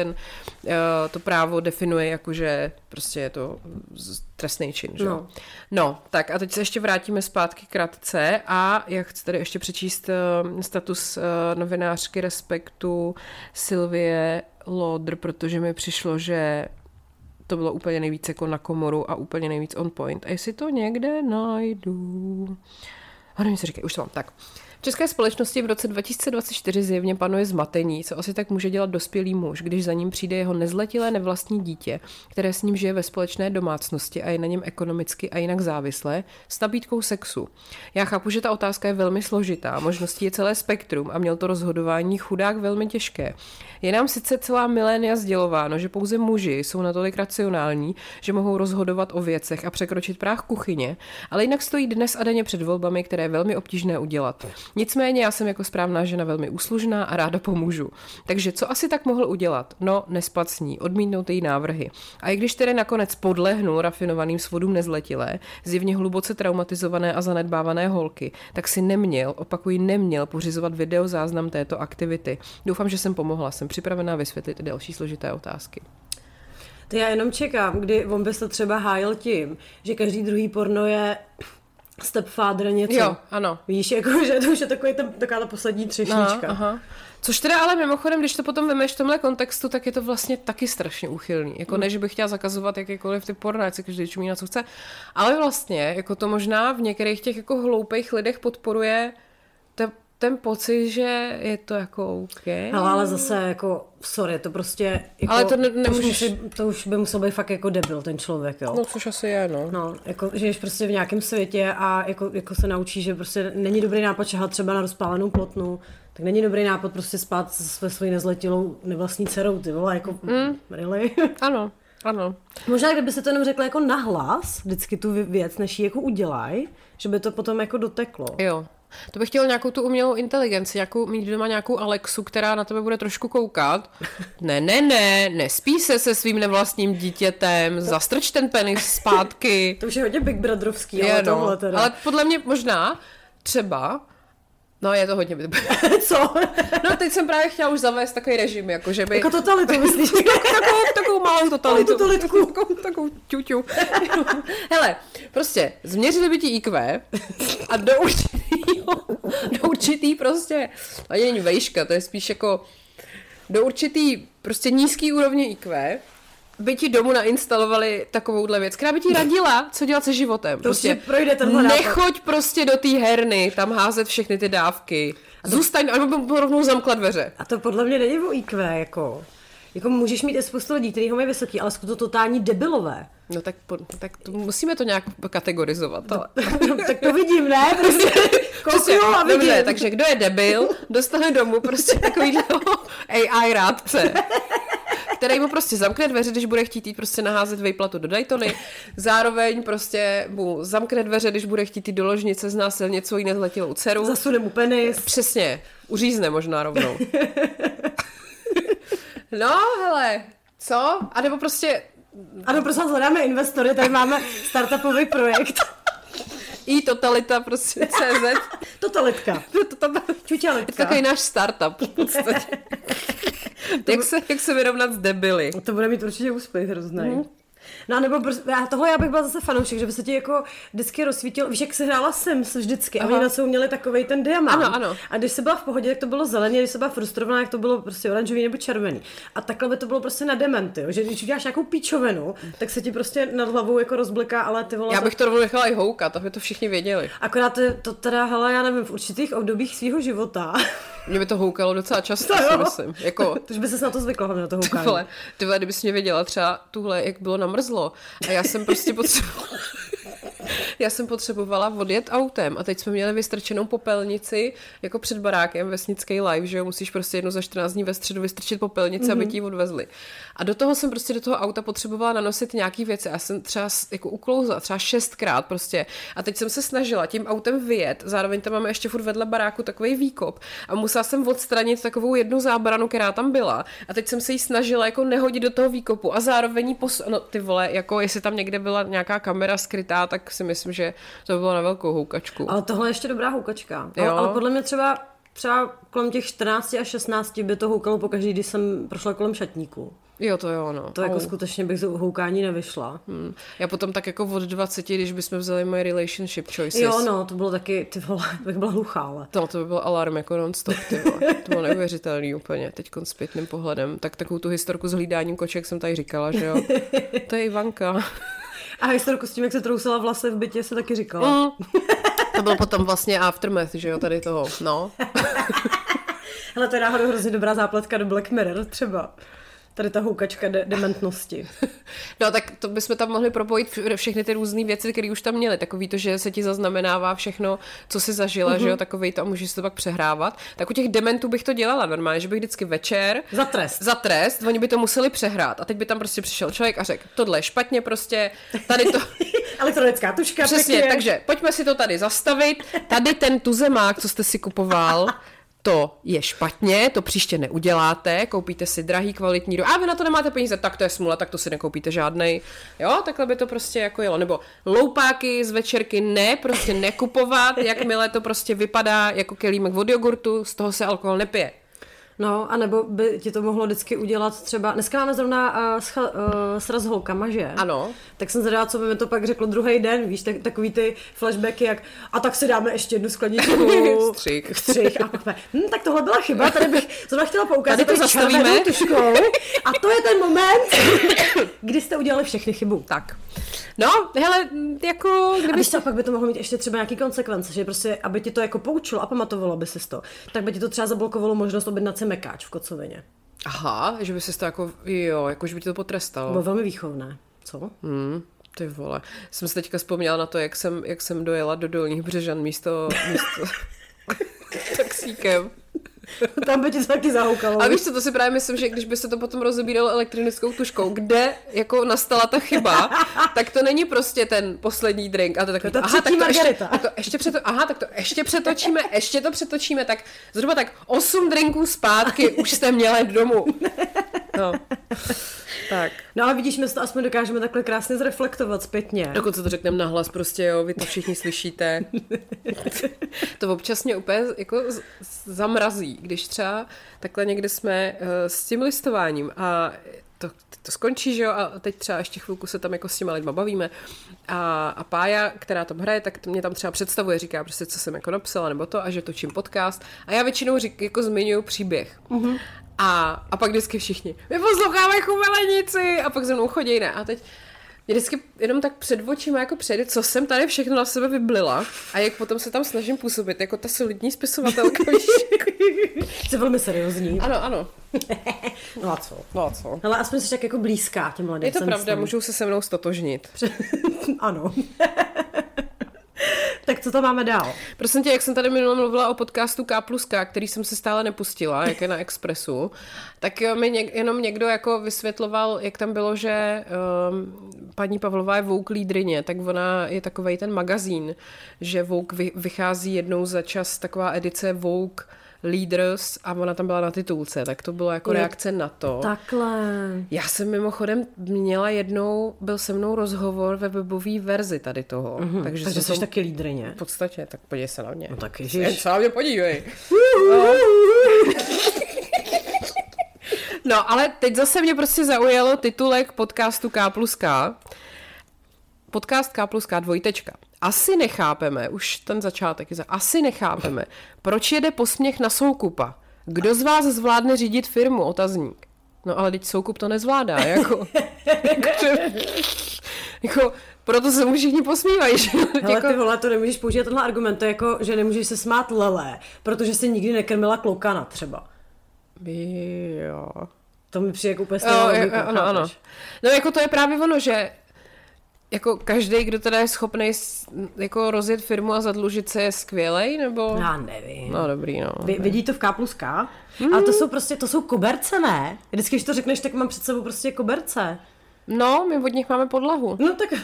to právo definuje jako, že prostě je to trestný čin, že jo. No, tak a teď se ještě vrátíme zpátky krátce a já chci tady ještě přečíst status novinářky Respektu Sylvie Lauder, protože mi přišlo, že to bylo úplně nejvíc jako na komoru a úplně nejvíc on point. A jestli to někde najdu... A nevím, co říkají, už to mám. Tak. V české společnosti v roce 2024 zjevně panuje zmatení, co asi tak může dělat dospělý muž, když za ním přijde jeho nezletilé nevlastní dítě, které s ním žije ve společné domácnosti a je na něm ekonomicky a jinak závislé, s nabídkou sexu. Já chápu, že ta otázka je velmi složitá, možností je celé spektrum a měl to rozhodování chudák velmi těžké. Je nám sice celá milénia sdělováno, že pouze muži jsou natolik racionální, že mohou rozhodovat o věcech a překročit práh kuchyně, ale jinak stojí dnes a denně před volbami, které je velmi obtížné udělat. Nicméně já jsem jako správná žena velmi úslužná a ráda pomůžu. Takže co asi tak mohl udělat? No, nespat s ní, odmítnout její návrhy. A i když tedy nakonec podlehnu rafinovaným svodům nezletilé, zjevně hluboce traumatizované a zanedbávané holky, tak si neměl pořizovat videozáznam této aktivity. Doufám, že jsem pomohla, jsem připravená vysvětlit i další složité otázky. To já jenom čekám, kdy on by se třeba hájil tím, že každý druhý porno je Stepfather něco. Jo, ano. Víš, jako, že to už je taková ta poslední třešnička. Aha. Což teda ale mimochodem, když to potom vymeš v tomhle kontextu, tak je to vlastně taky strašně úchylný. Jako ne, že bych chtěla zakazovat jakýkoliv ty porno, ať se každý čumí na co chce, ale vlastně jako to možná v některých těch jako hloupých lidech podporuje ten pocit, že je to jako OK. Ale zase jako, sorry, to prostě... Jako, ale to nemůžeš... To už by musel být fakt jako debil ten člověk, jo. No, což asi je, no. No, jako, žiješ prostě v nějakém světě a jako se naučí, že prostě není dobrý nápad čahat třeba na rozpálenou plotnu, tak není dobrý nápad prostě spát se svojí nezletilou nevlastní dcerou, ty vole, jako, really? Ano. Ano. Možná, kdyby se to jenom řekla jako nahlas, vždycky tu věc, než ji jako udělaj, že by to potom jako doteklo. Jo. To bych chtěl nějakou tu umělou inteligenci, mít doma nějakou Alexu, která na tebe bude trošku koukat. Nespí se svým nevlastním dítětem, zastrč ten penis zpátky. To už je hodně Big Brotherovský, ale tohle teda. Ale podle mě možná třeba... No, je to hodně... Co? No, teď jsem právě chtěla už zavést takový režim, jako že by... Jako totalitu, myslíš? Takovou malou totalitu. Takovou ťuťu. Hele, prostě změřili by ti IQ a do určitý prostě... Ani není vejška, to je spíš jako... Do určitý prostě nízký úrovně IQ by ti domů nainstalovali takovouhle věc, která by ti radila, co dělat se životem. Prostě projde tenhle nechoď prostě do té herny, tam házet všechny ty dávky. Zůstaň, nebo rovnou zamkla dveře. A to podle mě není o IQ, jako můžeš mít i spoustu lidí, který ho mají vysoký, ale jsou to totální debilové. No tak musíme to nějak kategorizovat. Tak to vidím, ne? Prostě a vidím. Dobře, takže kdo je debil, dostane domů prostě takovýhle AI rádce, který mu prostě zamkne dveře, když bude chtít jít prostě naházet vejplatu do Daytony, zároveň prostě mu zamkne dveře, když bude chtít jít do ložnice, znásilnit svoji nezletilou dceru. Zasune mu penis. Přesně, uřízne možná rovnou. No, hele, co? A nebo prostě... Ano, prostě hledáme investory, tady máme startupový projekt. Totalita prostě CZ. Totalitka. Čuťalitka. Je to takový náš startup v podstatě. Jak se vyrovnat s debily. To bude mít určitě úspěch hrozný. No nebo já bych byla zase fanoušek, že by se ti jako vždycky rozsvítil, víš, jak se hrála Sims vždycky a oni na co měli takovej ten diamant. Ano. A když se byla v pohodě, tak to bylo zelený, když se byla frustrovaná, jak to bylo prostě oranžový nebo červený. A takhle by to bylo prostě na dementy, že když uděláš nějakou píčovinu, tak se ti prostě nad hlavou jako rozbliká, ale ty vole. Já bych to rovnou nechala i houkat, aby to všichni věděli. Akorát to teda, hele, já nevím, v určitých obdobích svého života. Mě by to houkalo docela často, si myslím. Jako... Takže by se na to zvykla, hlavně na to houkání. Ty vole, kdybys mě věděla třeba tuhle, jak bylo namrzlo. A já jsem prostě potřebovala odjet autem a teď jsme měli vystrčenou popelnici jako před barákem vesnický live, že jo, musíš prostě jednou za 14 dní ve středu vystrčit popelnici, aby ti ji odvezli. A do toho jsem prostě do toho auta potřebovala nanosit nějaký věci. Já jsem třeba jako uklouzla třeba 6krát prostě a teď jsem se snažila tím autem vyjet, zároveň tam máme ještě furt vedle baráku takový výkop a musela jsem odstranit takovou jednu zábranu, která tam byla a teď jsem se jí snažila jako nehodit do toho výkopu a zároveň jí no ty vole, jako jestli tam někde byla nějaká kamera skrytá, tak si myslím, že to by bylo na velkou houkačku. Ale tohle je ještě dobrá houkačka. Ale podle mě třeba kolem těch 14 až 16 by to houkalo pokaždý, když jsem prošla kolem šatníku. Jo, to jo, no. To jako skutečně bych z houkání nevyšla. Já potom tak jako od 20, když bychom vzali moje relationship choices. Jo, no, to bylo taky, ty vole, bych byla hluchá, ale. To by byl alarm jako non-stop, ty vole. To bylo neuvěřitelný úplně, teďkon zpětným pohledem. Tak takovou tu historku s hlídáním koček jsem tady říkala, že jo. To je Ivanka. A historku s tím, jak se trousila vlasy v bytě, se taky říkala. To bylo potom vlastně aftermath, že jo, tady toho, no. Hele, to je náhodou hrozně dobrá zápletka do Black Mirror třeba. Tady ta houkačka dementnosti. No tak to bychom tam mohli propojit všechny ty různé věci, které už tam měly. Takový to, že se ti zaznamenává všechno, co jsi zažila, že jo, takovej to a můžeš to pak přehrávat. Tak u těch dementů bych to dělala normálně, že bych vždycky večer... Za trest, oni by to museli přehrát. A teď by tam prostě přišel člověk a řekl, tohle je špatně prostě, tady to... Elektronická tuška. Přesně, takže pojďme si to tady zastavit. Tady ten tuzemák, co jste si kupoval... To je špatně, to příště neuděláte, koupíte si drahý, kvalitní a vy na to nemáte peníze, tak to je smůla, tak to si nekoupíte žádnej. Jo, takhle by to prostě jako jelo. Nebo loupáky z večerky ne, prostě nekupovat, jakmile to prostě vypadá jako kelímek od jogurtu, z toho se alkohol nepije. No, anebo by ti to mohlo vždycky udělat třeba, dneska máme zrovna sraz s holkama, že? Ano. Tak jsem zvědavá, co by mi to pak řeklo druhý den, víš, takový ty flashbacky, jak a tak si dáme ještě jednu skleničku. Střih. A pak tak tohle byla chyba, tady bych zrovna chtěla poukázat. Tady to zastavíme. Tuškou, a to je ten moment, kdy jste udělali všechny chybu. Tak. No, hele, jako... A víš co, pak by to mohlo mít ještě třeba nějaký konsekvence, že prostě, aby ti to jako poučilo a pamatovalo by si to, tak by ti to třeba zablokovalo možnost objednat si mekáč v kocovině. Aha, že by si to jako, jo, jako že by ti to potrestalo. Bylo velmi výchovné, co? Ty vole, jsem si teďka vzpomněla na to, jak jsem dojela do Dolních Břežan místo taxíkem. Tam by ti to taky zahoukalo. A víš co, to si právě myslím, že když by se to potom rozebíralo elektronickou tužkou, kde jako nastala ta chyba, tak to není prostě ten poslední drink. A to je takový, tak to ještě přetočíme, tak zhruba tak 8 drinků zpátky už jste měli domů. No. Tak. No ale vidíš, my to aspoň dokážeme takhle krásně zreflektovat zpětně. Dokonce to řekneme nahlas prostě, jo, vy to všichni slyšíte. To občas mě úplně jako zamrazí, když třeba takhle někde jsme s tím listováním a to skončí, že jo, a teď třeba ještě chvilku se tam jako s těma lidma bavíme a Pája, která tam hraje, tak mě tam třeba představuje, říká prostě, co jsem jako napsala, nebo to, a že točím podcast a já většinou jako zmiňuju příběh. Mm-hmm. A pak vždycky všichni, my posloucháme Chumelenici a pak ze mnou chodí, ne, a teď mě vždycky jenom tak před očima jako přejde, co jsem tady všechno na sebe vyblila a jak potom se tam snažím působit jako ta solidní spisovatelka. Jsi velmi seriózní. Ano. No a co? Ale aspoň jsi tak jako blízká těm lidem. Je to pravda, můžou se se mnou stotožnit. Ano. Tak co to máme dál? Prosím tě, jak jsem tady minule mluvila o podcastu K+K, který jsem se stále nepustila, jak je na Expressu, tak mi jenom někdo jako vysvětloval, jak tam bylo, že paní Pavlová je Vogue lídryně, tak ona je takovej ten magazín, že Vogue vychází jednou za čas taková edice Vogue Leaders a ona tam byla na titulce, tak to bylo jako reakce na to. Takhle. Já jsem mimochodem měla byl se mnou rozhovor ve webové verzi tady toho. Mm-hmm. Takže jsi taky lídryně. V podstatě, tak podívej se na mě. No tak ježiš. Se na mě podívej. No, ale teď zase mě prostě zaujalo titulek podcastu K+K. Podcast K+K dvojtečka. Asi nechápeme, už ten začátek je asi nechápeme, proč jede posměch na Soukupa. Kdo z vás zvládne řídit firmu? Otazník. No ale teď Soukup to nezvládá, jako proto se mu všichni posmívají. Že? Hele, ty vole, to nemůžeš použít tenhle argument, to je jako, že nemůžeš se smát Lele, protože jsi nikdy nekrmila kloukana třeba. Jo. To mi přijde jako úplně stejnou. Ano. No jako to je právě ono, že jako každý, kdo teda je schopný jako rozjet firmu a zadlužit se, je skvělej, nebo? Já nevím. No dobrý, no. Vidí to v K+K? Ale to jsou koberce, ne? Vždycky, když to řekneš, tak mám před sebou prostě koberce. No, my od nich máme podlahu. No tak...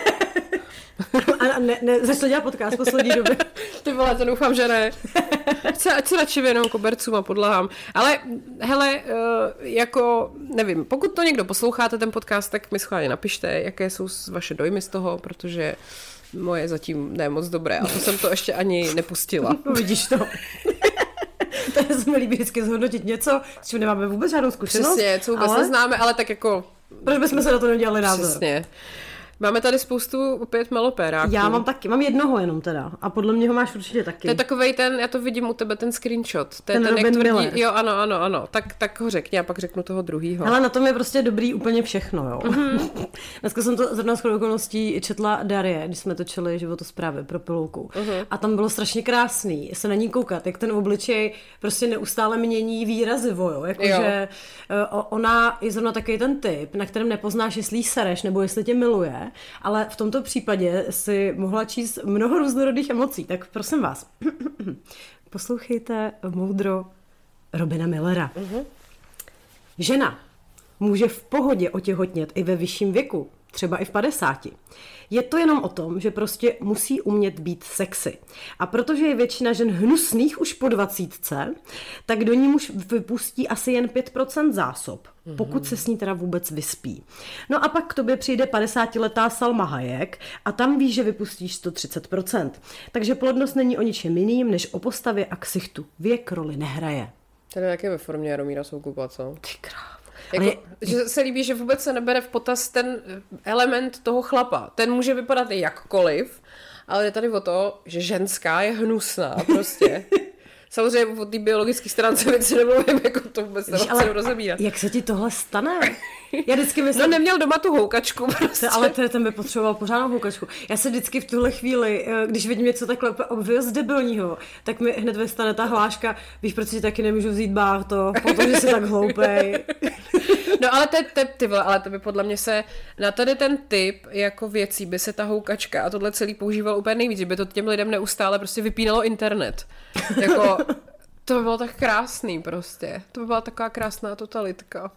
A začal dělat podcast v poslední době. Ty vole, to doufám, že ne. Ať se radši věnou kobercům a podlahám. Ale hele, jako, nevím, pokud to někdo posloucháte, ten podcast, tak mi schválně napište, jaké jsou vaše dojmy z toho, protože moje zatím ne moc dobré a to jsem to ještě ani nepustila. Vidíš to. To se mi líbí vždycky zhodnotit něco, s čím nemáme vůbec žádnou zkušenost. Přesně, co vůbec neznáme, ale tak jako... Proč bychom se na to nedělali názor? Přesně. Máme tady spoustu opět malopéráků. Já mám jednoho jenom teda. A podle mě ho máš určitě taky. To je takovej já to vidím u tebe, ten screenshot. Ten Robin Miller. Jo, ano. Tak ho řekni a pak řeknu toho druhýho. Ale na tom je prostě dobrý úplně všechno, jo. Mm-hmm. Dneska jsem to zrovna shodou okolností četla Darie, když jsme točili životosprávy pro Pilouku. Mm-hmm. A tam bylo strašně krásný se na ní koukat, jak ten obličej prostě neustále mění výrazivo, jo. Jakože ona je zrovna takový ten typ, na kterém nepoznáš, jestli jí sereš nebo jestli tě miluje. Ale v tomto případě si mohla číst mnoho různorodých emocí, tak prosím vás, poslouchejte moudro Robina Millera. Uh-huh. Žena může v pohodě otěhotnět i ve vyšším věku, třeba i v 50. Je to jenom o tom, že prostě musí umět být sexy. A protože je většina žen hnusných už po 20, tak do ní muž vypustí asi jen 5% zásob, pokud se s ní teda vůbec vyspí. No a pak k tobě přijde 50letá Salma Hayek a tam víš, že vypustíš 130%. Takže plodnost není o ničem jiným, než o postavě a ksichtu. Věk roli nehraje. Tady jak je ve formě Jaromíra Soukupa, co? Ty kráv. Jako, že se líbí, že vůbec se nebere v potaz ten element toho chlapa. Ten může vypadat i jakkoliv, ale je tady o to, že ženská je hnusná prostě. Samozřejmě o té biologické stránce věci nemluvím, jako to vůbec nechci rozebírat. Jak se ti tohle stane? Já vždycky myslím... No neměl doma tu houkačku prostě. Ale ten by potřeboval pořádnou houkačku. Já se vždycky v tuhle chvíli, když vidím něco takhle obvěz debilního, tak mi hned vystane ta hláška, víš, proč si taky nemůžu vzít bárto, protože jsi tak hloupej. No ale ty vole, ale to by podle mě se na tady ten typ jako věcí by se ta houkačka a tohle celý používal úplně nejvíc, že by to těm lidem neustále prostě vypínalo internet. Jako, to by bylo tak krásný prostě. To by byla taková krásná totalitka.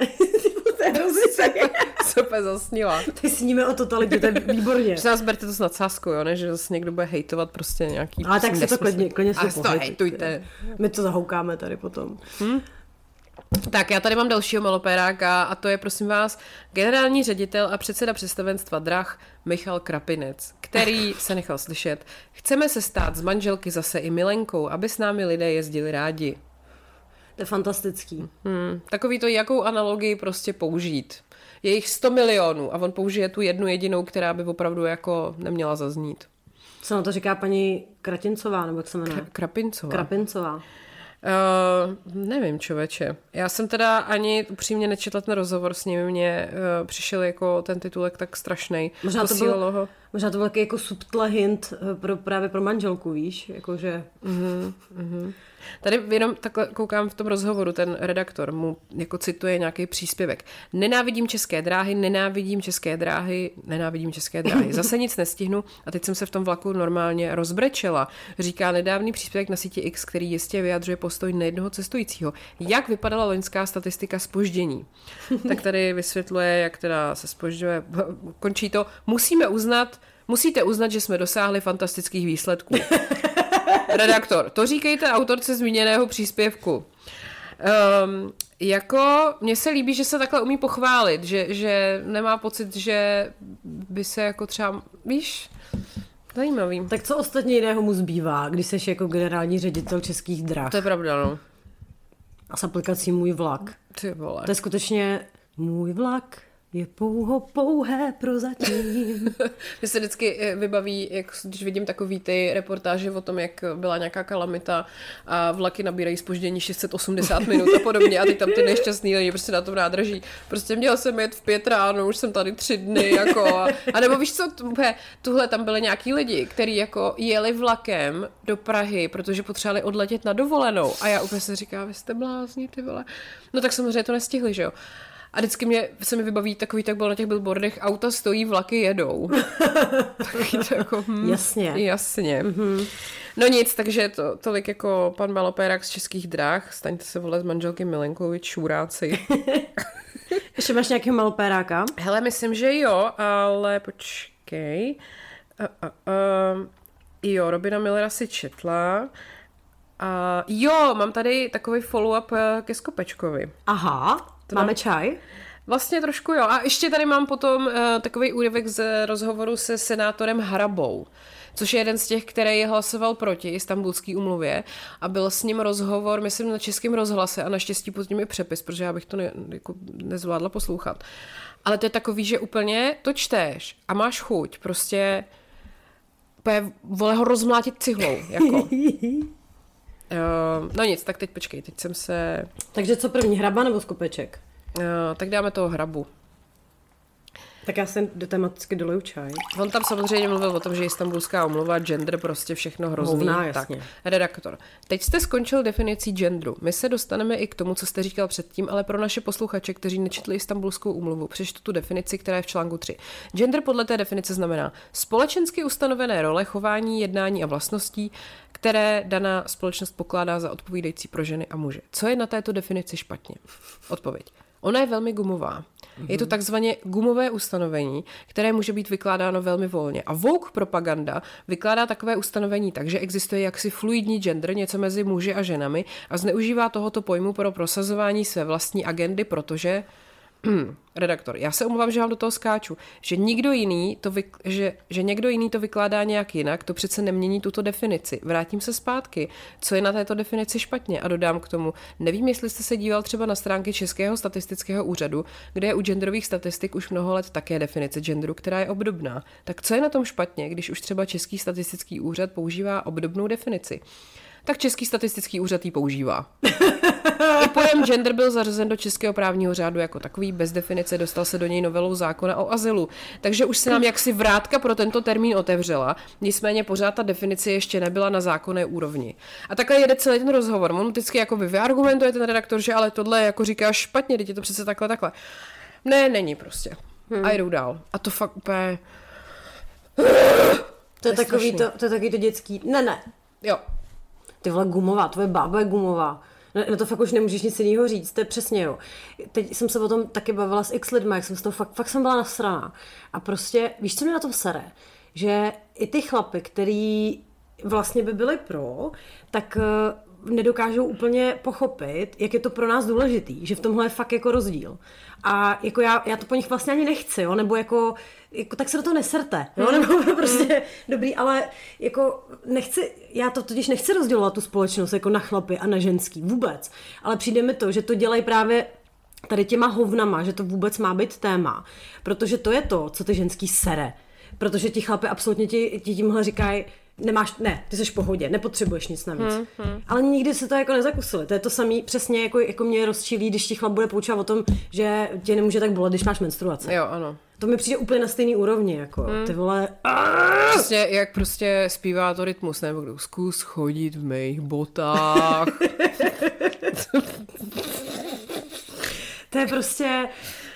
Super zasnila. Ty sníme o totalitě, to je výborně. Že nás berte to s nadsázkou, jo, ne? Že zase někdo bude hejtovat prostě nějaký... Ale tak si to klidně si pohejtujte. My to zahoukáme tady potom. Tak já tady mám dalšího malopéráka a to je, prosím vás, generální ředitel a předseda představenstva drah Michal Krapinec, který se nechal slyšet: chceme se stát z manželky zase i milenkou, aby s námi lidé jezdili rádi. To je fantastický. Takový to, jakou analogii prostě použít. Je jich 100 milionů a on použije tu jednu jedinou, která by opravdu jako neměla zaznít. Co na to říká paní Kratincová, nebo jak se jmenuje? Krapincová. Nevím, člověče. Já jsem teda ani upřímně nečetla ten rozhovor s ním, mně přišel jako ten titulek tak strašnej. Možná to byl jako subtle hint právě pro manželku, víš? Jakože... Tady jenom takhle koukám v tom rozhovoru, ten redaktor mu jako cituje nějaký příspěvek. Nenávidím české dráhy. Zase nic nestihnu a teď jsem se v tom vlaku normálně rozbrečela. Říká nedávný příspěvek na síti X, který jistě vyjadřuje postoj nejednoho cestujícího. Jak vypadala loňská statistika zpoždění? Tak tady vysvětluje, jak teda se zpožďuje. Končí to. Musíte uznat, že jsme dosáhli fantastických výsledků. Redaktor, to říkejte autorce zmíněného příspěvku. Jako, mně se líbí, že se takhle umí pochválit, že nemá pocit, že by se jako třeba, víš, zajímavý. Tak co ostatně jiného mu zbývá, když seš jako generální ředitel Českých drah? To je pravda, no. A s aplikací Můj vlak. Ty vole. To je skutečně Můj vlak. Je pouhé prozatím. Mně se vždycky vybaví, jak, když vidím takový ty reportáže o tom, jak byla nějaká kalamita a vlaky nabírají zpoždění 680 minut a podobně a teď tam ty nešťastný lidi prostě na tom nádraží. Prostě měl jsem jet v 5 ráno, už jsem tady 3 dny, jako a nebo víš co, tuhle tam byly nějaký lidi, kteří jako jeli vlakem do Prahy, protože potřebovali odletět na dovolenou a já úplně se říkám, vy jste blázni, ty vole. No tak samozřejmě to nestihli, že jo. A vždycky se mi vybaví takový, tak bylo na těch billboardech, auta stojí, vlaky jedou. To jako, Jasně. Mm-hmm. No nic, takže tolik jako pan malopérák z Českých drah. Staňte se volat s manželky Milenkovič, šuráci. Ještě máš nějakého malopéráka? Hele, myslím, že jo, ale počkej. Jo, Robina Millera si četla. Jo, mám tady takový follow-up ke Skopečkovi. Aha. Máme čaj? Vlastně trošku jo. A ještě tady mám potom takový úryvek z rozhovoru se senátorem Harabou, což je jeden z těch, který hlasoval proti Istanbulské úmluvě a byl s ním rozhovor, myslím, na Českém rozhlase a naštěstí pod ním i přepis, protože já bych to nezvládla poslouchat. Ale to je takový, že úplně to čteš a máš chuť prostě vole ho rozmlátit cihlou, jako. No nic, tak teď počkej, teď jsem se... Takže co první, Hraba nebo Skopeček? Tak dáme toho Hrabu. Tak já jsem tematicky doleju čaj. On tam samozřejmě mluvil o tom, že Istanbulská úmluva, gender, prostě všechno hrozný. Hovná, tak, redaktor. Teď jste skončil definicí genderu. My se dostaneme i k tomu, co jste říkal předtím, ale pro naše posluchače, kteří nečetli Istanbulskou úmluvu, přečtu tu definici, která je v článku 3. Gender podle té definice znamená společensky ustanovené role, chování, jednání a vlastností, které daná společnost pokládá za odpovídající pro ženy a muže. Co je na této definici špatně? Odpověď. Ona je velmi gumová. Je to takzvaně gumové ustanovení, které může být vykládáno velmi volně. A woke propaganda vykládá takové ustanovení tak, že existuje jaksi fluidní gender, něco mezi muži a ženami a zneužívá tohoto pojmu pro prosazování své vlastní agendy, protože... Redaktor, já se omlouvám, že vám do toho skáču. Že někdo jiný to vykládá nějak jinak, to přece nemění tuto definici. Vrátím se zpátky. Co je na této definici špatně? A dodám k tomu, nevím, jestli jste se díval třeba na stránky Českého statistického úřadu, kde je u genderových statistik už mnoho let také definice genderu, která je obdobná. Tak co je na tom špatně, když už třeba Český statistický úřad používá obdobnou definici? tak Český statistický úřad ji používá. I pojem gender byl zařazen do českého právního řádu jako takový, bez definice, dostal se do něj novelou zákona o azylu. Takže už se nám jaksi vrátka pro tento termín otevřela, nicméně pořád ta definice ještě nebyla na zákonné úrovni. A takhle jede celý ten rozhovor. On vždycky jako vyargumentuje ten redaktor, že ale tohle jako říkáš špatně, teď je to přece takhle. Ne, není prostě. A jdou dál. A to fakt úplně... To je takový to dětský. Ne. Jo. Ty vole, gumová, tvoje bába je gumová. No to fakt už nemůžeš nic jiného říct, to je přesně jo. Teď jsem se o tom taky bavila s x lidmi, jak jsem z toho fakt jsem byla nasraná. A prostě, víš, co mě na tom sere? Že i ty chlapy, který vlastně by byli pro, tak nedokážou úplně pochopit, jak je to pro nás důležitý, že v tomhle je fakt jako rozdíl. A jako já to po nich vlastně ani nechci, jo, nebo jako tak se do toho neserte, jo, nebo prostě dobrý, ale jako já to totiž nechci rozdělovat tu společnost jako na chlapy a na ženský, vůbec, ale přijde mi to, že to dělají právě tady těma hovnama, že to vůbec má být téma, protože to je to, co ty ženský sere, protože ti chlapy absolutně ti tímhle říkají, ty jsi v pohodě, nepotřebuješ nic navíc. Ale nikdy se to jako nezakusili. To je to samé přesně jako mě rozčílí, když ti chlap bude poučovat o tom, že tě nemůže tak bolet, když máš menstruaci. Jo, ano. To mi přijde úplně na stejný úrovni, jako ty vole. Přesně jak prostě zpívá to Rytmus, nebo kdo zkus chodit v mých botách. To je prostě...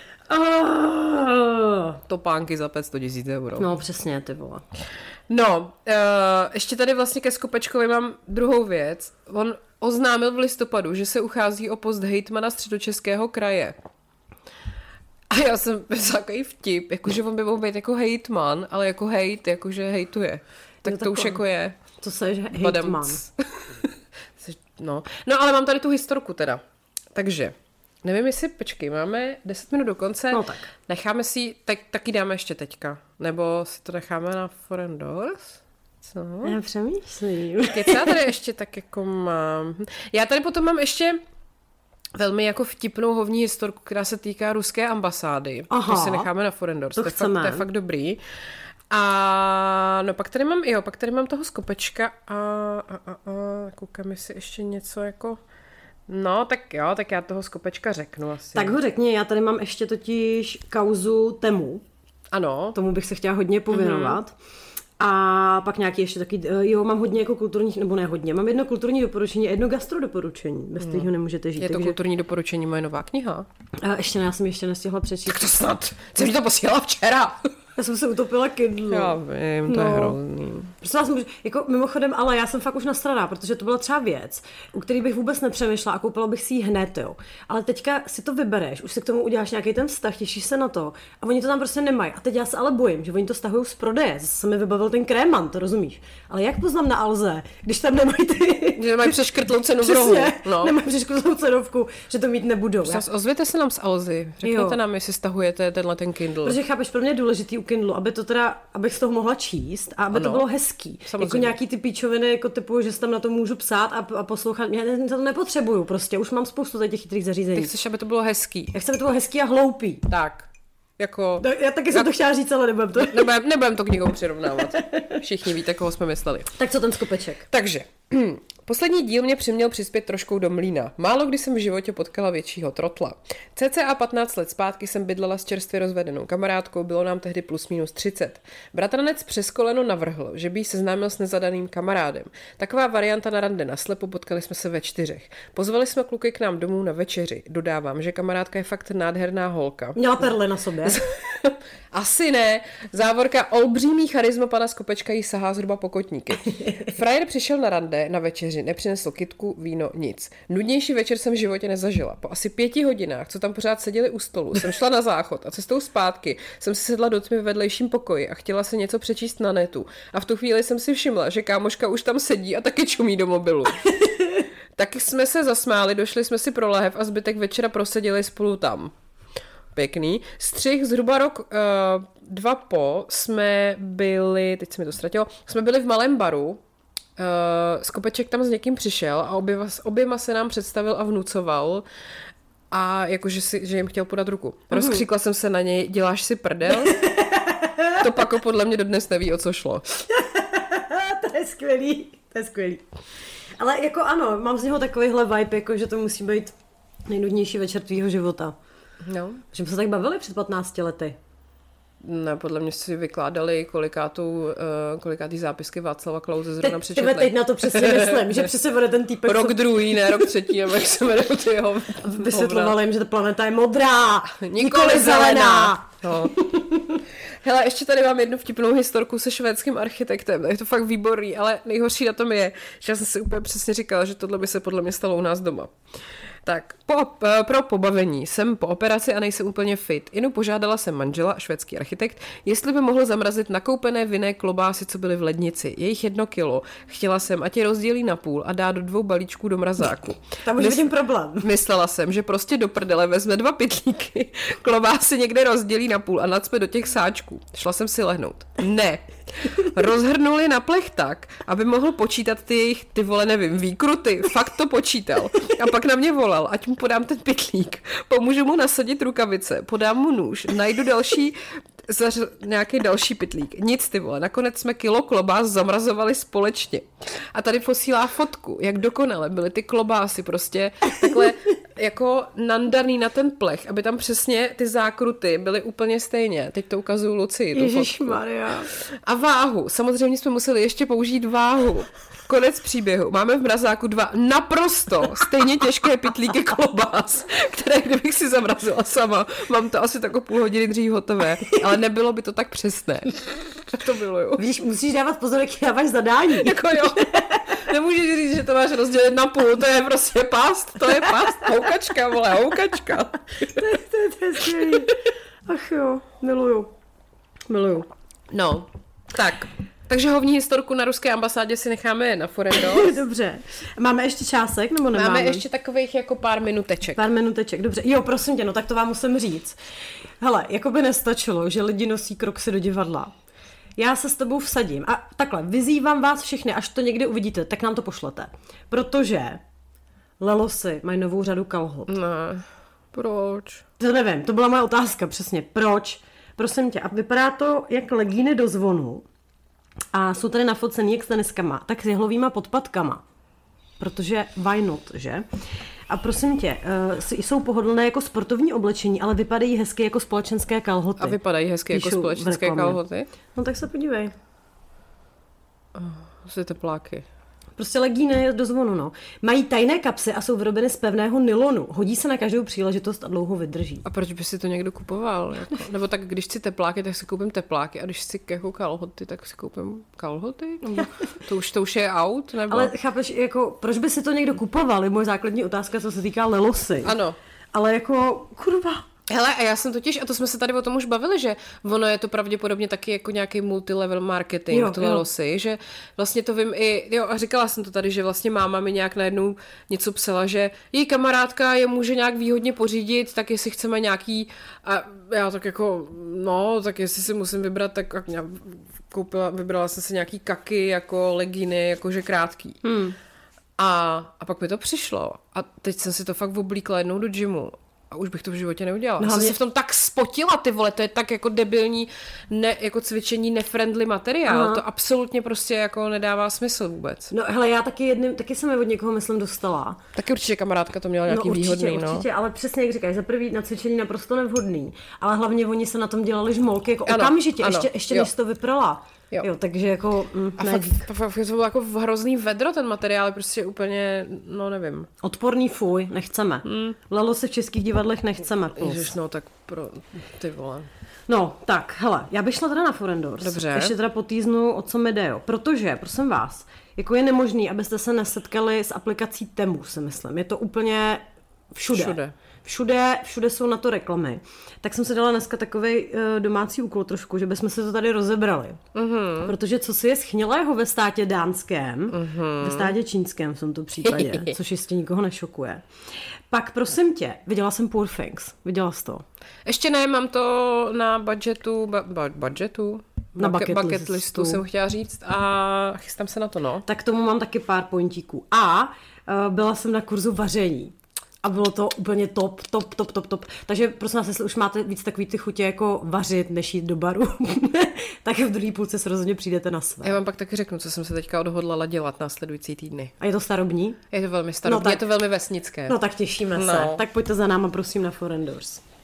Topánky za 500 000 euro. No přesně, ty vole. No, ještě tady vlastně ke Skopečkovi mám druhou věc. On oznámil v listopadu, že se uchází o post hejtmana Středočeského kraje. A já jsem takový vtip, jakože on by mohl být jako hejtman, ale jako hejt, jakože hejtuje. Tak to už jako je. To seš hejtman. No, ale mám tady tu historku teda. Takže... Nevím, jestli, počkej, máme 10 minut do konce. No tak. Necháme si, taky dáme ještě teďka. Nebo si to necháme na Foreign Doors? Co? Já přemýšlím. Co já tady ještě tak jako mám? Já tady potom mám ještě velmi jako vtipnou hovní historku, která se týká ruské ambasády. Aha. To si necháme na Foreign Doors. To je fakt dobrý. A no pak tady mám toho Skopečka a koukám, jestli ještě něco jako... No, tak jo, tak já toho Skopečka řeknu asi. Tak ho řekni, já tady mám ještě totiž kauzu Temu. Ano. Tomu bych se chtěla hodně pověnovat. A pak nějaký ještě taky, mám hodně jako kulturních, nebo ne hodně, mám jedno kulturní doporučení a jedno gastro doporučení, bez kterého nemůžete žít. Je to kulturní doporučení moje nová kniha? Ještě ne, já jsem ještě nestihla přečíst. Tak to snad, jsem mi to posílala včera. Já jsem se utopila Kindle. Já vím, to je hrozný. Prostě vás můžu, jako mimochodem, ale já jsem fakt už nasraná, protože to byla třeba věc, u který bych vůbec nepřemýšlela a koupila bych si ji hned, jo. Ale teďka si to vybereš, už si k tomu uděláš nějaký ten vztah, těšíš se na to a oni to tam prostě nemají. A teď já se ale bojím, že oni to stahují z prodeje. Zase se mi vybavil ten kréman, to rozumíš. Ale jak poznám na Alze, když tam nemají ty... Že nemají přeškrtlou cenu v rohu. No. Nemají přeškrtlou cenovku, že to mít nebudou. Ozvěte se nám z Alzy, řekněte nám, jestli stahujete ten Kindle. Protože chápeš, pro mě je důležitý u Kindlu, aby to teda, abych z toho mohla číst a aby to bylo hezký. Samozřejmě. Jako nějaký ty píčoviny, jako typu, že si tam na to můžu psát a poslouchat. Já to nepotřebuju prostě, už mám spoustu těch chytrých zařízení. Ty chceš, aby to bylo hezký. Já chci, aby to bylo hezký a hloupý. Tak. Jako... Já taky jsem to chtěla říct, ale nebudem to. Nebudem to k nikomu přirovnávat. Všichni víte, koho jsme mysleli. Tak co ten Skopeček? Takže, poslední díl mě přiměl přispět troškou do mlýna. Málo kdy jsem v životě potkala většího trotla. Cca 15 let zpátky jsem bydlela s čerstvě rozvedenou kamarádkou, bylo nám tehdy plus minus 30. Bratranec přes koleno navrhl, že by jí seznámil s nezadaným kamarádem. Taková varianta na rande naslepo, potkali jsme se ve 4. Pozvali jsme kluky k nám domů na večeři. Dodávám, že kamarádka je fakt nádherná holka. Měla perly na sobě. Asi ne. Závorka olbřímý charisma pana Skopečka jí sahá zhruba po kotníky. Frajer přišel na rande, na večeři, nepřinesl kytku, víno, nic. Nudnější večer jsem v životě nezažila. Po asi 5 hodinách, co tam pořád seděli u stolu, jsem šla na záchod a cestou zpátky jsem si sedla do tmy ve vedlejším pokoji a chtěla se něco přečíst na netu. A v tu chvíli jsem si všimla, že kámoška už tam sedí a taky čumí do mobilu. Taky jsme se zasmáli, došli jsme si pro lahev a zbytek večera proseděli spolu tam. Pěkný. Střih zhruba rok, 2 po jsme byli, teď se mi to ztratilo, jsme byli v malém baru, Skopeček tam s někým přišel a oběma se nám představil a vnucoval a jakože že jim chtěl podat ruku. Rozkřikla jsem se na něj, děláš si prdel? To Pako podle mě dodnes neví, o co šlo. To je skvělý. Ale jako ano, mám z něho takovýhle vibe, jako že to musí být nejnudnější večer tvýho života. No. Že jsme se tak bavili před 15 lety. Ne, podle mě si vykládali kolikátý zápisky Václava Klause zrovna přečetli. Teď na to přesně myslím, že přesně bude ten týpek. Rok druhý, ne rok třetí, nebo jak se jmenuje ty jeho. Vysvětlovali jim, že ta planeta je modrá, nikoli zelená. No. Hele, ještě tady mám jednu vtipnou historku se švédským architektem. Je to fakt výborný, ale nejhorší na tom je, že já jsem si úplně přesně říkala, že tohle by se podle mě stalo u nás doma. Tak, pro pobavení jsem po operaci a nejsem úplně fit. Inu požádala jsem manžela, švédský architekt, jestli by mohl zamrazit nakoupené vinné klobásy, co byly v lednici. Je jich 1 kilo. Chtěla jsem, ať je rozdělí na půl a dá do 2 balíčků do mrazáku. Tam už vidím problém. Myslela jsem, že prostě do prdele vezme 2 pytlíky, klobásy někde rozdělí na půl a nacpe do těch sáčků. Šla jsem si lehnout. Ne. Rozhrnuli na plech tak, aby mohl počítat ty jejich, ty vole, nevím, výkruty. Fakt to počítal. A pak na mě volal, ať mu podám ten pytlík. Pomůžu mu nasadit rukavice, podám mu nůž, najdu nějaký další pytlík. Nic, ty vole, nakonec jsme kilo klobás zamrazovali společně. A tady posílá fotku, jak dokonale byly ty klobásy prostě takhle jako nandaný na ten plech, aby tam přesně ty zákruty byly úplně stejně. Teď to ukazuju Lucii, tu Ježišmarja. A váhu. Samozřejmě jsme museli ještě použít váhu. Konec příběhu. Máme v mrazáku 2 naprosto stejně těžké pytlíky klobás, které kdybych si zamrazila sama, mám to asi tak o půl hodiny dřív hotové, ale nebylo by to tak přesné. To miluju. Víš, musíš dávat pozor, jak dáváš zadání. Jako jo. Nemůžeš říct, že to máš rozdělit na půl, to je prostě past, to je past. Houkačka, vole, houkačka. To je skvělý. Ach jo, miluju. No, tak. Takže hovní historku na ruské ambasádě si necháme na Forendos. Dobře. Máme ještě čásek, nebo nemáme? Máme ještě takových jako pár minuteček. Dobře. Jo, prosím tě, no tak to vám musím říct. Hele, jako by nestačilo, že lidi nosí kroksy do divadla. Já se s tebou vsadím. A takhle, vyzývám vás všechny, až to někdy uvidíte, tak nám to pošlete. Protože lelosy mají novou řadu kalhot. Ne, proč? To nevím, to byla moje otázka přesně. Proč? Prosím tě, a vypadá to jak legíny do zvonu. A jsou tady nafocený jak s teniskama, tak s jehlovýma podpatkama. Protože why not, že? A prosím tě, jsou pohodlné jako sportovní oblečení, ale vypadají hezky jako společenské kalhoty. A vypadají hezky jako společenské kalhoty? No tak se podívej. Jsou tepláky. Prostě legíny do zvonu, no. Mají tajné kapsy a jsou vyrobeny z pevného nylonu. Hodí se na každou příležitost a dlouho vydrží. A proč by si to někdo kupoval? Jako? Nebo tak, když chci tepláky, tak si koupím tepláky a když chci jako kalhoty, tak si koupím kalhoty? Nebo to už je out? Nebo? Ale chápeš, jako, proč by si to někdo kupoval? Je moje základní otázka, co se týká lelosy. Ano. Ale jako, kurva. Hele, a já jsem totiž, a to jsme se tady o tom už bavili, že ono je to pravděpodobně taky jako nějaký multilevel marketing, ty lelosy, že vlastně to vím i, jo, a říkala jsem to tady, že vlastně máma mi nějak najednou něco psala, že její kamarádka je může nějak výhodně pořídit, tak jestli chceme nějaký, a já tak jako, no, tak jestli si musím vybrat, tak vybrala jsem si nějaký kaky, jako legíny, jakože krátký. A pak mi to přišlo a teď jsem si to fakt oblíkla jednou do gymu. A už bych to v životě neudělala. No, jsem se v tom tak spotila, ty vole, to je tak jako debilní jako cvičení nefriendly materiál. Aha. To absolutně prostě jako nedává smysl vůbec. No hele, já taky jsem je od někoho, myslím, dostala. Taky určitě kamarádka to měla nějaký výhodný, no. Určitě, ale přesně jak říkáš, za prvý na cvičení naprosto nevhodný, ale hlavně oni se na tom dělali žmolky jako okamžitě, ještě než to vyprala. Jo, takže jako... a fakt to bylo jako hrozný vedro ten materiál, prostě úplně, no nevím. Odporný fuj, nechceme. Lelosy v českých divadlech nechceme. Ježiš, no tak pro ty vole. No, tak, hele, já bych šla teda na Forendors. Dobře. Ještě teda potýznu, o co mi jde, jo. Protože, prosím vás, jako je nemožný, abyste se nesetkali s aplikací Temu, si myslím. Je to úplně všude. Všude jsou na to reklamy. Tak jsem si dala dneska takovej domácí úkol trošku, že bychom se to tady rozebrali. Protože co si je schnilého ve státě dánském, ve státě čínském v tomto případě, což jistě nikoho nešokuje. Pak prosím tě, viděla jsem Poor Things. Viděla jsi to? Ještě ne, mám to na budgetu? Na bucket listu jsem chtěla říct a chystám se na to, no. Tak tomu mám taky pár pointíků. A byla jsem na kurzu vaření. a bylo to úplně top. Takže prosím vás, jestli už máte víc takový ty chutě jako vařit, než jít do baru, tak v druhé půlce se rozhodně přijdete na své. Já vám pak taky řeknu, co jsem se teďka odhodlala dělat následující týdny. A je to starobní? Je to velmi starobní, je to velmi vesnické. No tak těšíme se. Tak pojďte za náma prosím na Four Doors.